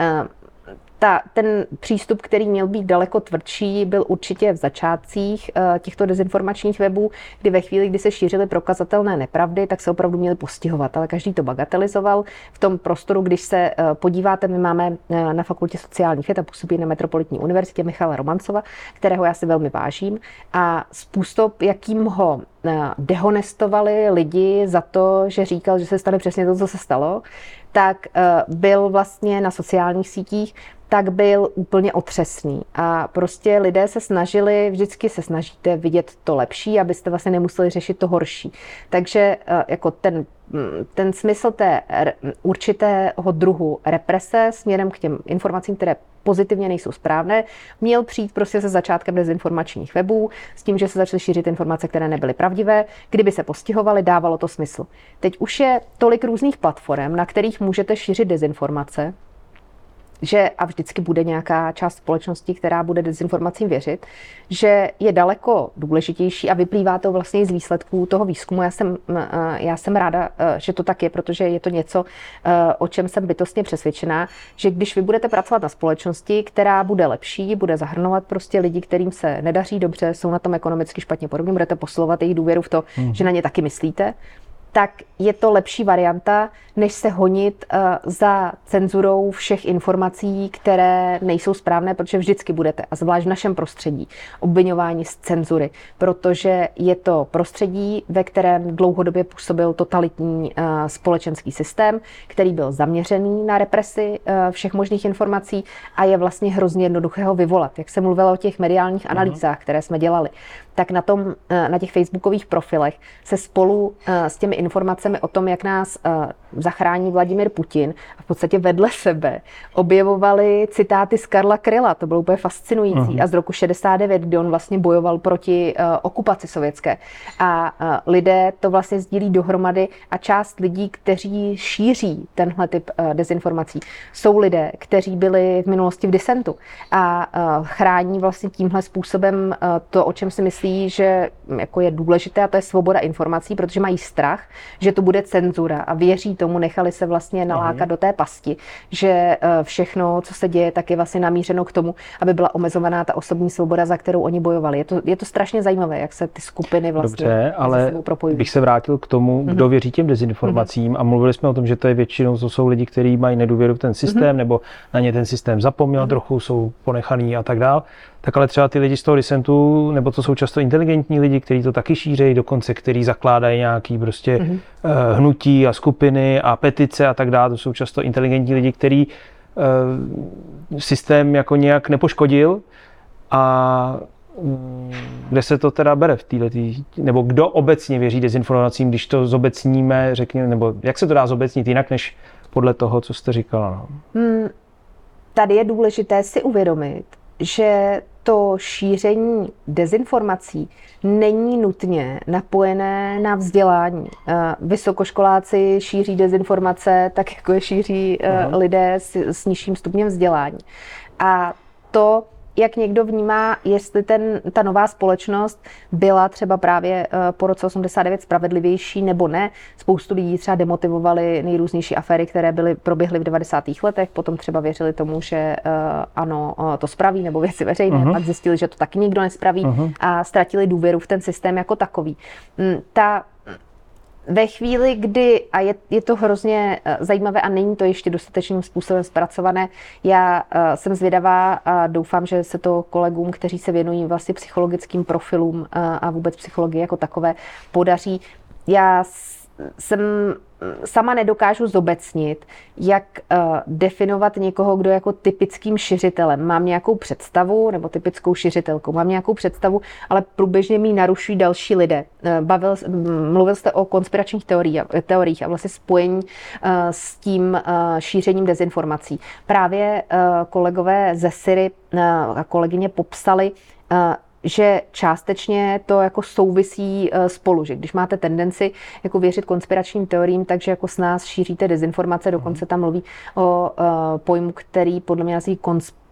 Ten přístup, který měl být daleko tvrdší, byl určitě v začátcích těchto dezinformačních webů, kdy ve chvíli, kdy se šířily prokazatelné nepravdy, tak se opravdu měli postihovat, ale každý to bagatelizoval. V tom prostoru, když se podíváte, my máme na Fakultě sociálních věd a působí na Metropolitní univerzitě Michala Romancova, kterého já si velmi vážím, a způsob, jakým ho dehonestovali lidi za to, že říkal, že se stane přesně to, co se stalo, tak byl vlastně na sociálních sítích, tak byl úplně otřesný. A prostě lidé se snažili, vždycky se snažíte vidět to lepší, abyste vlastně nemuseli řešit to horší. Takže jako ten smysl té určitého druhu represe směrem k těm informacím, které pozitivně nejsou správné, měl přijít prostě se začátkem dezinformačních webů, s tím, že se začaly šířit informace, které nebyly pravdivé. Kdyby se postihovaly, dávalo to smysl. Teď už je tolik různých platform, na kterých můžete šířit dezinformace, že a vždycky bude nějaká část společnosti, která bude dezinformacím věřit, že je daleko důležitější a vyplývá to vlastně z výsledků toho výzkumu. Já jsem ráda, že to tak je, protože je to něco, o čem jsem bytostně přesvědčená, že když vy budete pracovat na společnosti, která bude lepší, bude zahrnovat prostě lidi, kterým se nedaří dobře, jsou na tom ekonomicky špatně podobně, budete posilovat jejich důvěru v to, že na ně taky myslíte, tak je to lepší varianta, než se honit za cenzurou všech informací, které nejsou správné, protože vždycky budete, a zvlášť v našem prostředí, obviňováni z cenzury, protože je to prostředí, ve kterém dlouhodobě působil totalitní společenský systém, který byl zaměřený na represi všech možných informací a je vlastně hrozně jednoduché ho vyvolat. Jak se mluvilo o těch mediálních analýzách, které jsme dělali, tak na těch facebookových profilech se spolu s těmi informacemi o tom, jak nás zachrání Vladimír Putin, a v podstatě vedle sebe objevovaly citáty z Karla Kryla. To bylo úplně fascinující. A z roku 69, kdy on vlastně bojoval proti okupaci sovětské. A lidé to vlastně sdílí dohromady a část lidí, kteří šíří tenhle typ dezinformací, jsou lidé, kteří byli v minulosti v disentu a chrání vlastně tímhle způsobem to, o čem si myslí, že jako je důležité, a to je svoboda informací, protože mají strach, že to bude cenzura a věří tomu, nechali se vlastně nalákat do té pasti, že všechno, co se děje, tak je vlastně namířeno k tomu, aby byla omezovaná ta osobní svoboda, za kterou oni bojovali. Je to strašně zajímavé, jak se ty skupiny vlastně Dobře, ale bych se vrátil k tomu, kdo věří těm dezinformacím, a mluvili jsme o tom, že to je většinou, to jsou lidi, kteří mají nedůvěru v ten systém, nebo na ně ten systém zapomněl trochu, jsou ponechaný a tak dál. Tak ale třeba ty lidi z toho disentu, nebo to jsou často inteligentní lidi, kteří to taky šířejí, dokonce kteří zakládají nějaký prostě hnutí a skupiny a petice a tak dále. To jsou často inteligentní lidi, kteří systém jako nějak nepoškodil. A kde se to teda bere v této, nebo kdo obecně věří dezinformacím, když to zobecníme, řekněme, nebo jak se to dá zobecnit jinak, než podle toho, co jste říkala? No? Tady je důležité si uvědomit, že to šíření dezinformací není nutně napojené na vzdělání. Vysokoškoláci šíří dezinformace tak, jako je šíří lidé s nižším stupněm vzdělání. A to, jak někdo vnímá, jestli ta nová společnost byla třeba právě po roce 89 spravedlivější nebo ne. Spoustu lidí třeba demotivovaly nejrůznější aféry, které proběhly v 90. letech, potom třeba věřili tomu, že ano, to spraví, nebo Věci veřejné, pak zjistili, že to taky nikdo nespraví a ztratili důvěru v ten systém jako takový. Ve chvíli, kdy, a je to hrozně zajímavé a není to ještě dostatečným způsobem zpracované, já jsem zvědavá a doufám, že se to kolegům, kteří se věnují vlastně psychologickým profilům a vůbec psychologii jako takové, podaří. Já sama nedokážu zobecnit, jak definovat někoho, kdo je jako typickým šiřitelem. Mám nějakou představu, nebo typickou šiřitelkou, mám nějakou představu, ale průběžně mi narušují další lidé. Mluvil jste o konspiračních teoriích a vlastně spojení s tím šířením dezinformací. Právě kolegové ze Syry a kolegyně popsali, že částečně to jako souvisí spolu, že když máte tendenci jako věřit konspiračním teoriím, takže jako s nás šíříte dezinformace, dokonce tam mluví o pojmu, který podle mě nazývá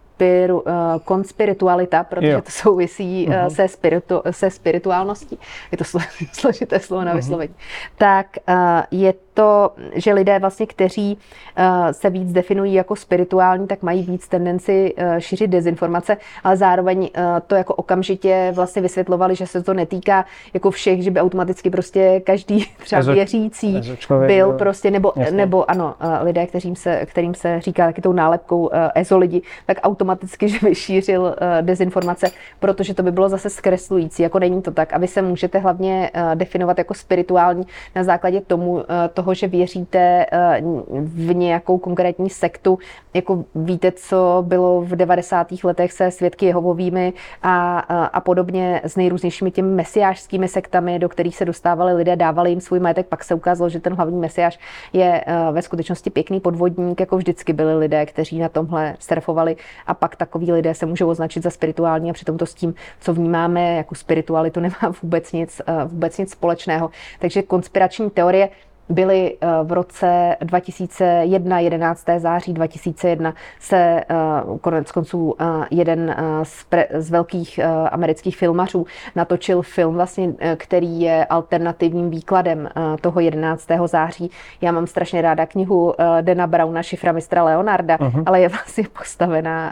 konspiritualita, protože to souvisí se spirituálností. Je to složité slovo na vyslovení. Tak je to, že lidé vlastně, kteří se víc definují jako spirituální, tak mají víc tendenci šířit dezinformace, ale zároveň to jako okamžitě vlastně vysvětlovali, že se to netýká jako všech, že by automaticky prostě každý třeba věřící byl prostě, nebo ano, lidé, kterým se říká taky tou nálepkou ezo lidi, tak automaticky, že by šířil dezinformace, protože to by bylo zase zkreslující, jako není to tak. A vy se můžete hlavně definovat jako spirituální na základě toho, že věříte v nějakou konkrétní sektu, jako víte, co bylo v 90. letech se svědky Jehovovými a podobně s nejrůznějšími těmi mesiášskými sektami, do kterých se dostávali lidé, dávali jim svůj majetek, pak se ukázalo, že ten hlavní mesiáš je ve skutečnosti pěkný podvodník, jako vždycky byli lidé, kteří na tomhle surfovali a pak takoví lidé se můžou označit za spirituální a přitom to s tím, co vnímáme jako spiritualitu, nemá vůbec nic společného. Takže konspirační teorie byly v roce 2001, 11. září 2001 se konec konců jeden z velkých amerických filmařů natočil film, vlastně, který je alternativním výkladem toho 11. září. Já mám strašně ráda knihu Dana Browna Šifra mistra Leonarda, ale je vlastně postavená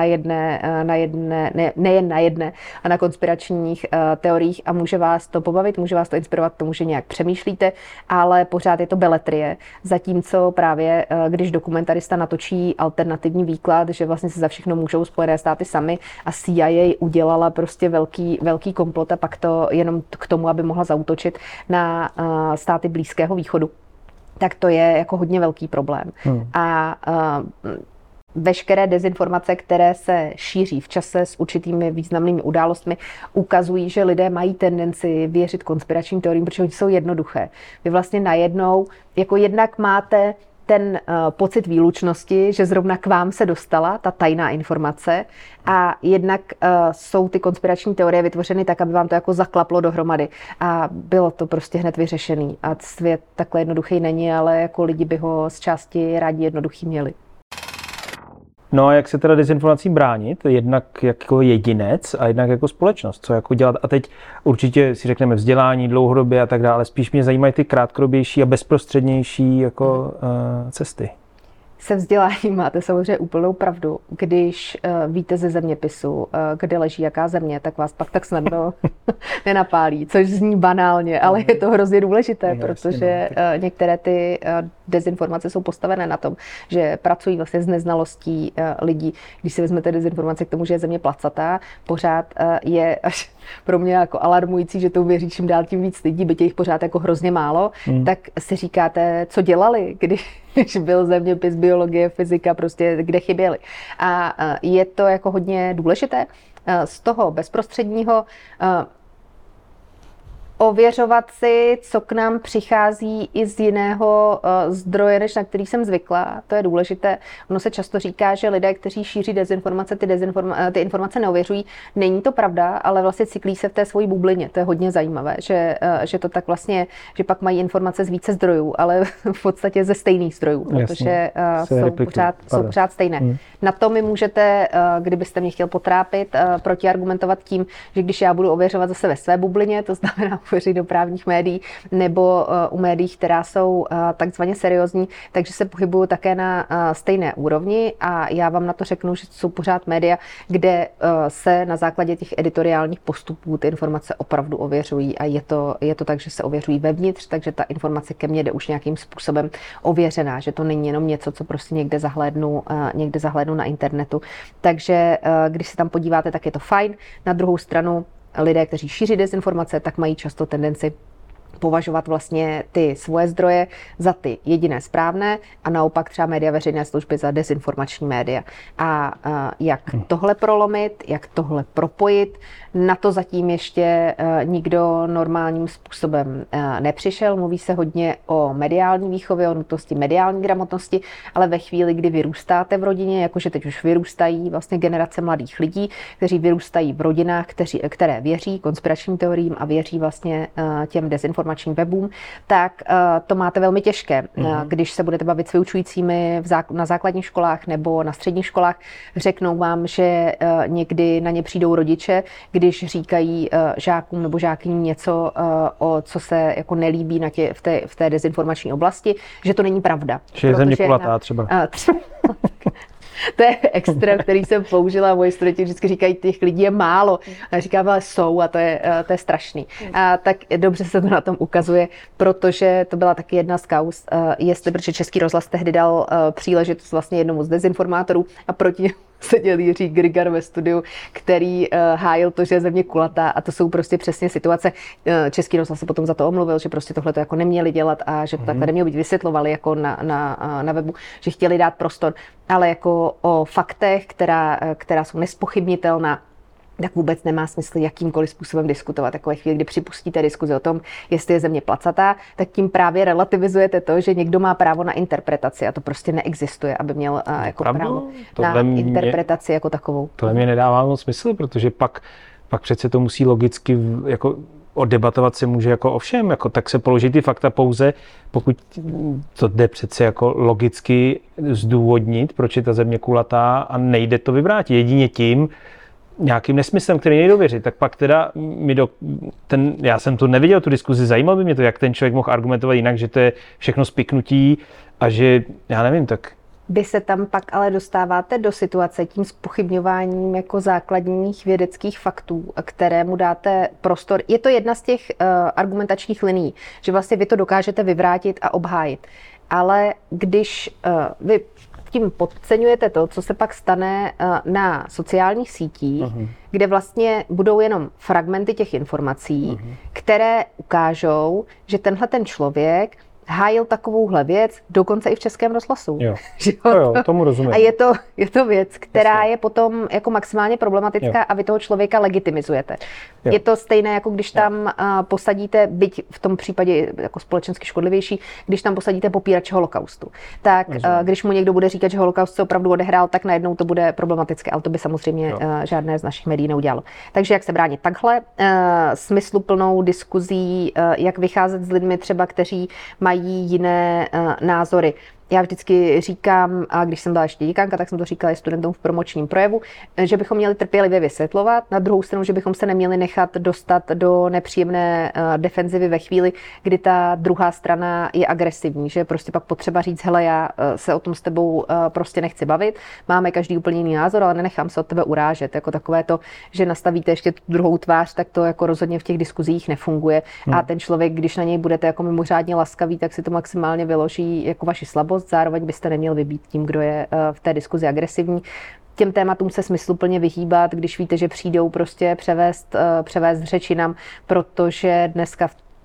nejen na jedné a na konspiračních teoriích a může vás to pobavit, může vás to inspirovat k tomu, že nějak přemýšlíte, ale pořád je to beletrie, zatímco právě, když dokumentarista natočí alternativní výklad, že vlastně se za všechno můžou Spojené státy sami a CIA udělala prostě velký komplot a pak to jenom k tomu, aby mohla zaútočit na státy Blízkého východu, tak to je jako hodně velký problém. A veškeré dezinformace, které se šíří v čase s určitými významnými událostmi, ukazují, že lidé mají tendenci věřit konspiračním teoriím, protože oni jsou jednoduché. Vy vlastně najednou, jako jednak máte ten pocit výlučnosti, že zrovna k vám se dostala ta tajná informace a jednak jsou ty konspirační teorie vytvořeny tak, aby vám to jako zaklaplo dohromady a bylo to prostě hned vyřešený. A svět takhle jednoduchý není, ale jako lidi by ho z části rádi jednoduchý měli. No a jak se teda dezinformacím bránit? Jednak jako jedinec a jednak jako společnost. Co jako dělat? A teď určitě si řekneme vzdělání, dlouhodobě a tak dále. Spíš mě zajímají ty krátkodobější a bezprostřednější jako cesty. Se vzděláním máte samozřejmě úplnou pravdu. Když víte ze zeměpisu, kde leží jaká země, tak vás pak tak snadno nenapálí, což zní banálně, ale je to hrozně důležité, protože některé ty dezinformace jsou postavené na tom, že pracují vlastně s neznalostí lidí. Když si vezmete dezinformace k tomu, že je země placatá, pořád je až pro mě jako alarmující, že to věří čím dál tím víc lidí, byť je jich pořád jako hrozně málo, tak si říkáte, co dělali, když byl zeměpis, biologie, fyzika, prostě kde chyběli. A je to jako hodně důležité. Z toho bezprostředního Ověřovat si, co k nám přichází i z jiného zdroje, než na který jsem zvykla. To je důležité. Ono se často říká, že lidé, kteří šíří dezinformace, ty informace neověřují. Není to pravda, ale vlastně cyklí se v té svojí bublině. To je hodně zajímavé, že to tak vlastně, že pak mají informace z více zdrojů, ale v podstatě ze stejných zdrojů, protože jsou pořád stejné. Na to mi můžete, kdybyste mě chtěl potrápit, protiargumentovat tím, že když já budu ověřovat zase ve své bublině, to znamená veřejnoprávních médií nebo u médií, která jsou takzvaně seriózní, takže se pohybuju také na stejné úrovni a já vám na to řeknu, že jsou pořád média, kde se na základě těch editoriálních postupů ty informace opravdu ověřují a je to tak, že se ověřují vevnitř, takže ta informace ke mně jde už nějakým způsobem ověřená, že to není jenom něco, co prostě někde zahlédnu na internetu. Takže když se tam podíváte, tak je to fajn. Na druhou stranu lidé, kteří šíří dezinformace, tak mají často tendenci považovat vlastně ty svoje zdroje za ty jediné správné a naopak třeba média veřejné služby za dezinformační média. A jak tohle prolomit, jak tohle propojit, na to zatím ještě nikdo normálním způsobem nepřišel. Mluví se hodně o mediální výchově, o nutnosti mediální gramotnosti, ale ve chvíli, kdy vyrůstáte v rodině, jakože teď už vyrůstají vlastně generace mladých lidí, kteří vyrůstají v rodinách, které věří konspiračním teoriím a věří vlastně těm dezinformačním webům, tak to máte velmi těžké. Když se budete bavit s vyučujícími na základních školách nebo na středních školách, řeknou vám, že někdy na ně přijdou rodiče, když říkají žákům nebo žákyním něco, co se jako nelíbí v té dezinformační oblasti, že to není pravda. Že je země kulatá třeba. To je extrém, který jsem použila. Moji studenti vždycky říkají, těch lidí je málo. A říkám, ale jsou a to je strašný. A tak dobře se to na tom ukazuje, protože to byla taky jedna z kauz, protože Český rozhlas tehdy dal příležitost vlastně jednomu z dezinformátorů a proti seděl Jiří Grigar ve studiu, který hájil to, že je země kulatá a to jsou prostě přesně situace. Český rozhlas se potom za to omluvil, že prostě tohle to jako neměli dělat a že to takhle nemělo být, vysvětlovali jako na webu, že chtěli dát prostor, ale jako o faktech, která jsou nezpochybnitelná, tak vůbec nemá smysl jakýmkoliv způsobem diskutovat. Takové chvíli, kdy připustíte diskuzi o tom, jestli je země placatá, tak tím právě relativizujete to, že někdo má právo na interpretaci a to prostě neexistuje, aby měl jako právo na interpretaci jako takovou. Tohle mě nedává moc smysl, protože pak přece to musí logicky jako odebatovat se může jako ovšem, jako tak se položí ty fakta pouze, pokud to jde přece jako logicky zdůvodnit, proč je ta země kulatá a nejde to vyvrátit. Jedině tím, nějakým nesmyslem, který nejde věřit, tak pak teda já jsem tu neviděl tu diskuzi, zajímalo by mě to, jak ten člověk mohl argumentovat jinak, že to je všechno spiknutí a že, já nevím, tak... Vy se tam pak ale dostáváte do situace tím zpochybňováním jako základních vědeckých faktů, kterému dáte prostor. Je to jedna z těch argumentačních linií, že vlastně vy to dokážete vyvrátit a obhájit. Ale když vy tím podceňujete to, co se pak stane na sociálních sítích, kde vlastně budou jenom fragmenty těch informací, které ukážou, že tenhle ten člověk hájil takovouhle věc, dokonce i v Českém rozhlasu. Jo, tomu rozumím. A je to věc, která je potom jako maximálně problematická a vy toho člověka legitimizujete. Jo. Je to stejné, jako když tam posadíte, byť v tom případě jako společensky škodlivější, když tam posadíte popírače holokaustu. Tak když mu někdo bude říkat, že holokaust se opravdu odehrál, tak najednou to bude problematické, ale to by samozřejmě žádné z našich médií neudělalo. Takže jak se bránit takhle, smysluplnou diskuzí, jak vycházet s lidmi třeba, kteří mají jiné názory. Já vždycky říkám, a když jsem byla ještě děkanka, tak jsem to říkala i studentům v promočním projevu, že bychom měli trpělivě vysvětlovat, na druhou stranu, že bychom se neměli nechat dostat do nepříjemné defenzivy ve chvíli, kdy ta druhá strana je agresivní, že je prostě pak potřeba říct, hele, já se o tom s tebou prostě nechci bavit, máme každý úplně jiný názor, ale nenechám se od tebe urážet, jako takové to, že nastavíte ještě tu druhou tvář, tak to jako rozhodně v těch diskuzích nefunguje a ten člověk, když na něj budete jako mimořádně laskavý, tak si to maximálně vyloží jako vaši slabost. Zároveň byste neměl vybít tím, kdo je v té diskuzi agresivní. Těm tématům se smysluplně vyhýbat, když víte, že přijdou prostě převést řeč jinam, protože dneska v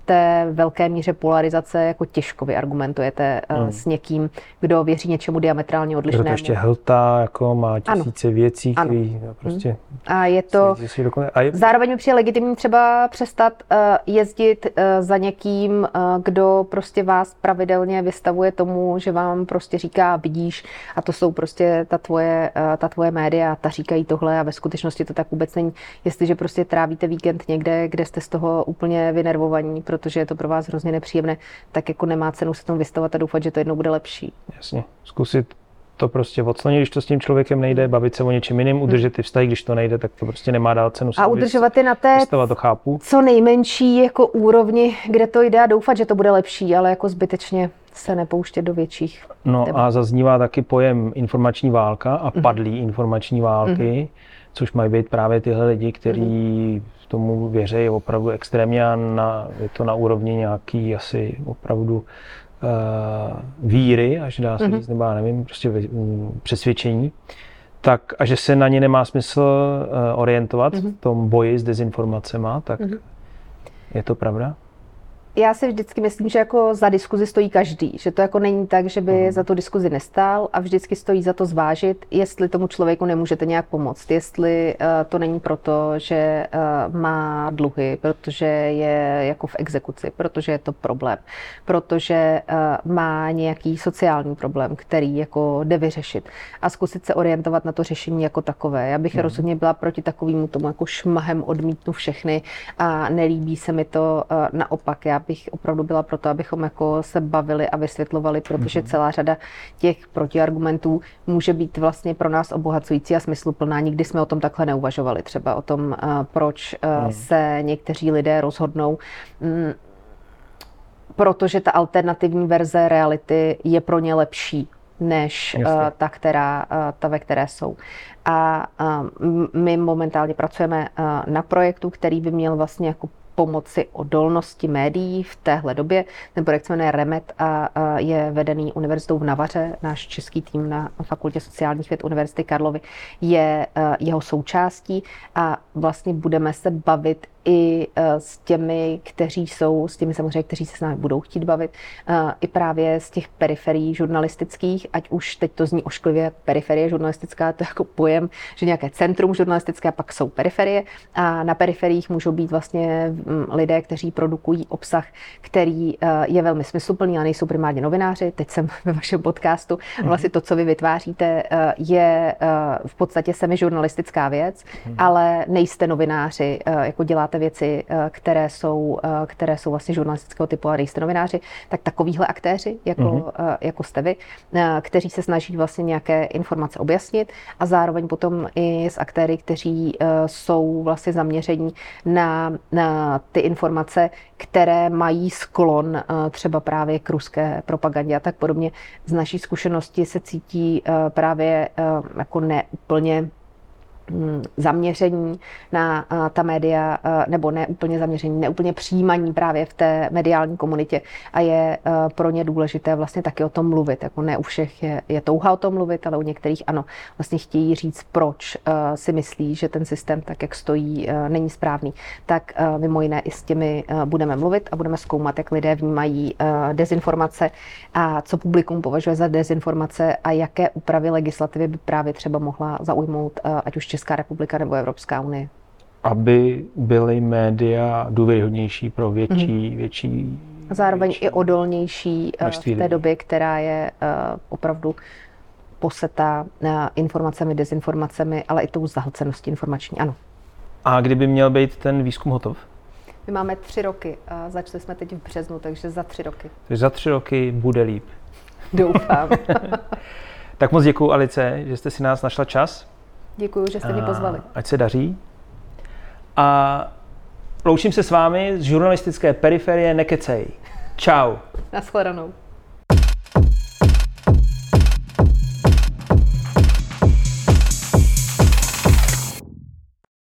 té velké míře polarizace jako těžko vyargumentujete s někým, kdo věří něčemu diametrálně odlišnému. Kdo to ještě hltá, jako má tisíce věcí, který prostě... A je to... Zároveň mi přijde legitimní třeba přestat jezdit za někým, kdo prostě vás pravidelně vystavuje tomu, že vám prostě říká, vidíš, a to jsou prostě ta tvoje média, ta říkají tohle a ve skutečnosti to tak vůbec není. Jestliže prostě trávíte víkend někde, kde jste z toho úplně vynervovaní, protože je to pro vás hrozně nepříjemné, tak jako nemá cenu se tomu vystavovat a doufat, že to jednou bude lepší. Jasně, zkusit to prostě odslonit, když to s tím člověkem nejde, bavit se o něčem jiným, udržet ty vztahy, když to nejde, tak to prostě nemá dát cenu. A udržovat je na té to chápu. Co nejmenší jako úrovni, kde to jde a doufat, že to bude lepší, ale jako zbytečně se nepouštět do větších. No a zaznívá taky pojem informační válka a padlý informační války, což mají být právě tyhle lidi, kteří tomu věří opravdu extrémně a je to na úrovni nějaký asi opravdu víry, až dá se říct, nebo já nevím, prostě přesvědčení, tak a že se na ně nemá smysl orientovat v tom boji s dezinformacema, tak je to pravda? Já si vždycky myslím, že jako za diskuzi stojí každý, že to jako není tak, že by za tu diskuzi nestál a vždycky stojí za to zvážit, jestli tomu člověku nemůžete nějak pomoct, jestli to není proto, že má dluhy, protože je jako v exekuci, protože je to problém, protože má nějaký sociální problém, který jako jde vyřešit a zkusit se orientovat na to řešení jako takové. Já bych rozhodně byla proti takovému tomu jako šmahem odmítnu všechny a nelíbí se mi to naopak. Já bych opravdu byla proto, abychom jako se bavili a vysvětlovali, protože celá řada těch protiargumentů může být vlastně pro nás obohacující a smysluplná. Nikdy jsme o tom takhle neuvažovali. Třeba o tom, proč se někteří lidé rozhodnou, protože ta alternativní verze reality je pro ně lepší než ta, ve které jsou. A my momentálně pracujeme na projektu, který by měl vlastně jako pomoci odolnosti médií v téhle době. Ten projekt se jmenuje REMET a je vedený univerzitou v Navaře. Náš český tým na Fakultě sociálních věd Univerzity Karlovy je jeho součástí a vlastně budeme se bavit i s těmi, kteří samozřejmě, kteří se s námi budou chtít bavit, i právě z těch periferií žurnalistických, ať už teď to zní ošklivě, periferie žurnalistická, to je jako pojem, že nějaké centrum žurnalistické a pak jsou periferie a na periferiích můžou být vlastně lidé, kteří produkují obsah, který je velmi smysluplný a nejsou primárně novináři. Teď jsem ve vašem podcastu. Vlastně to, co vy vytváříte, je v podstatě semižurnalistická věc, ale nejste novináři, jako děláte věci, které jsou vlastně žurnalistického typu a nejste novináři, tak takovýhle aktéři, jako jste vy, kteří se snaží vlastně nějaké informace objasnit a zároveň potom i s aktéry, kteří jsou vlastně zaměření na ty informace, které mají sklon třeba právě k ruské propagandě a tak podobně. Z naší zkušenosti se cítí právě jako neúplně zaměření na ta média, nebo ne úplně zaměření, neúplně přijímaní právě v té mediální komunitě a je pro ně důležité vlastně taky o tom mluvit. Jako ne u všech je touha o tom mluvit, ale u některých ano. Vlastně chtějí říct, proč si myslí, že ten systém, tak jak stojí, není správný. Tak mimo jiné i s těmi budeme mluvit a budeme zkoumat, jak lidé vnímají dezinformace a co publikum považuje za dezinformace a jaké úpravy legislativy by právě třeba mohla zaujmout ať už Česká republika nebo Evropská unie. Aby byly média důvěryhodnější pro větší a zároveň i odolnější v té době, která je opravdu posetá informacemi, dezinformacemi, ale i tou zahlceností informační. Ano. A kdyby měl být ten výzkum hotov? My máme 3 roky. Začali jsme teď v březnu, takže za 3 roky. Takže za 3 roky bude líp. Doufám. Tak moc děkuju, Alice, že jste si nás našla čas. Děkuju, že jste mě pozvali. Ať se daří. A loučím se s vámi z žurnalistické periferie Nekecej. Čau. Naschledanou.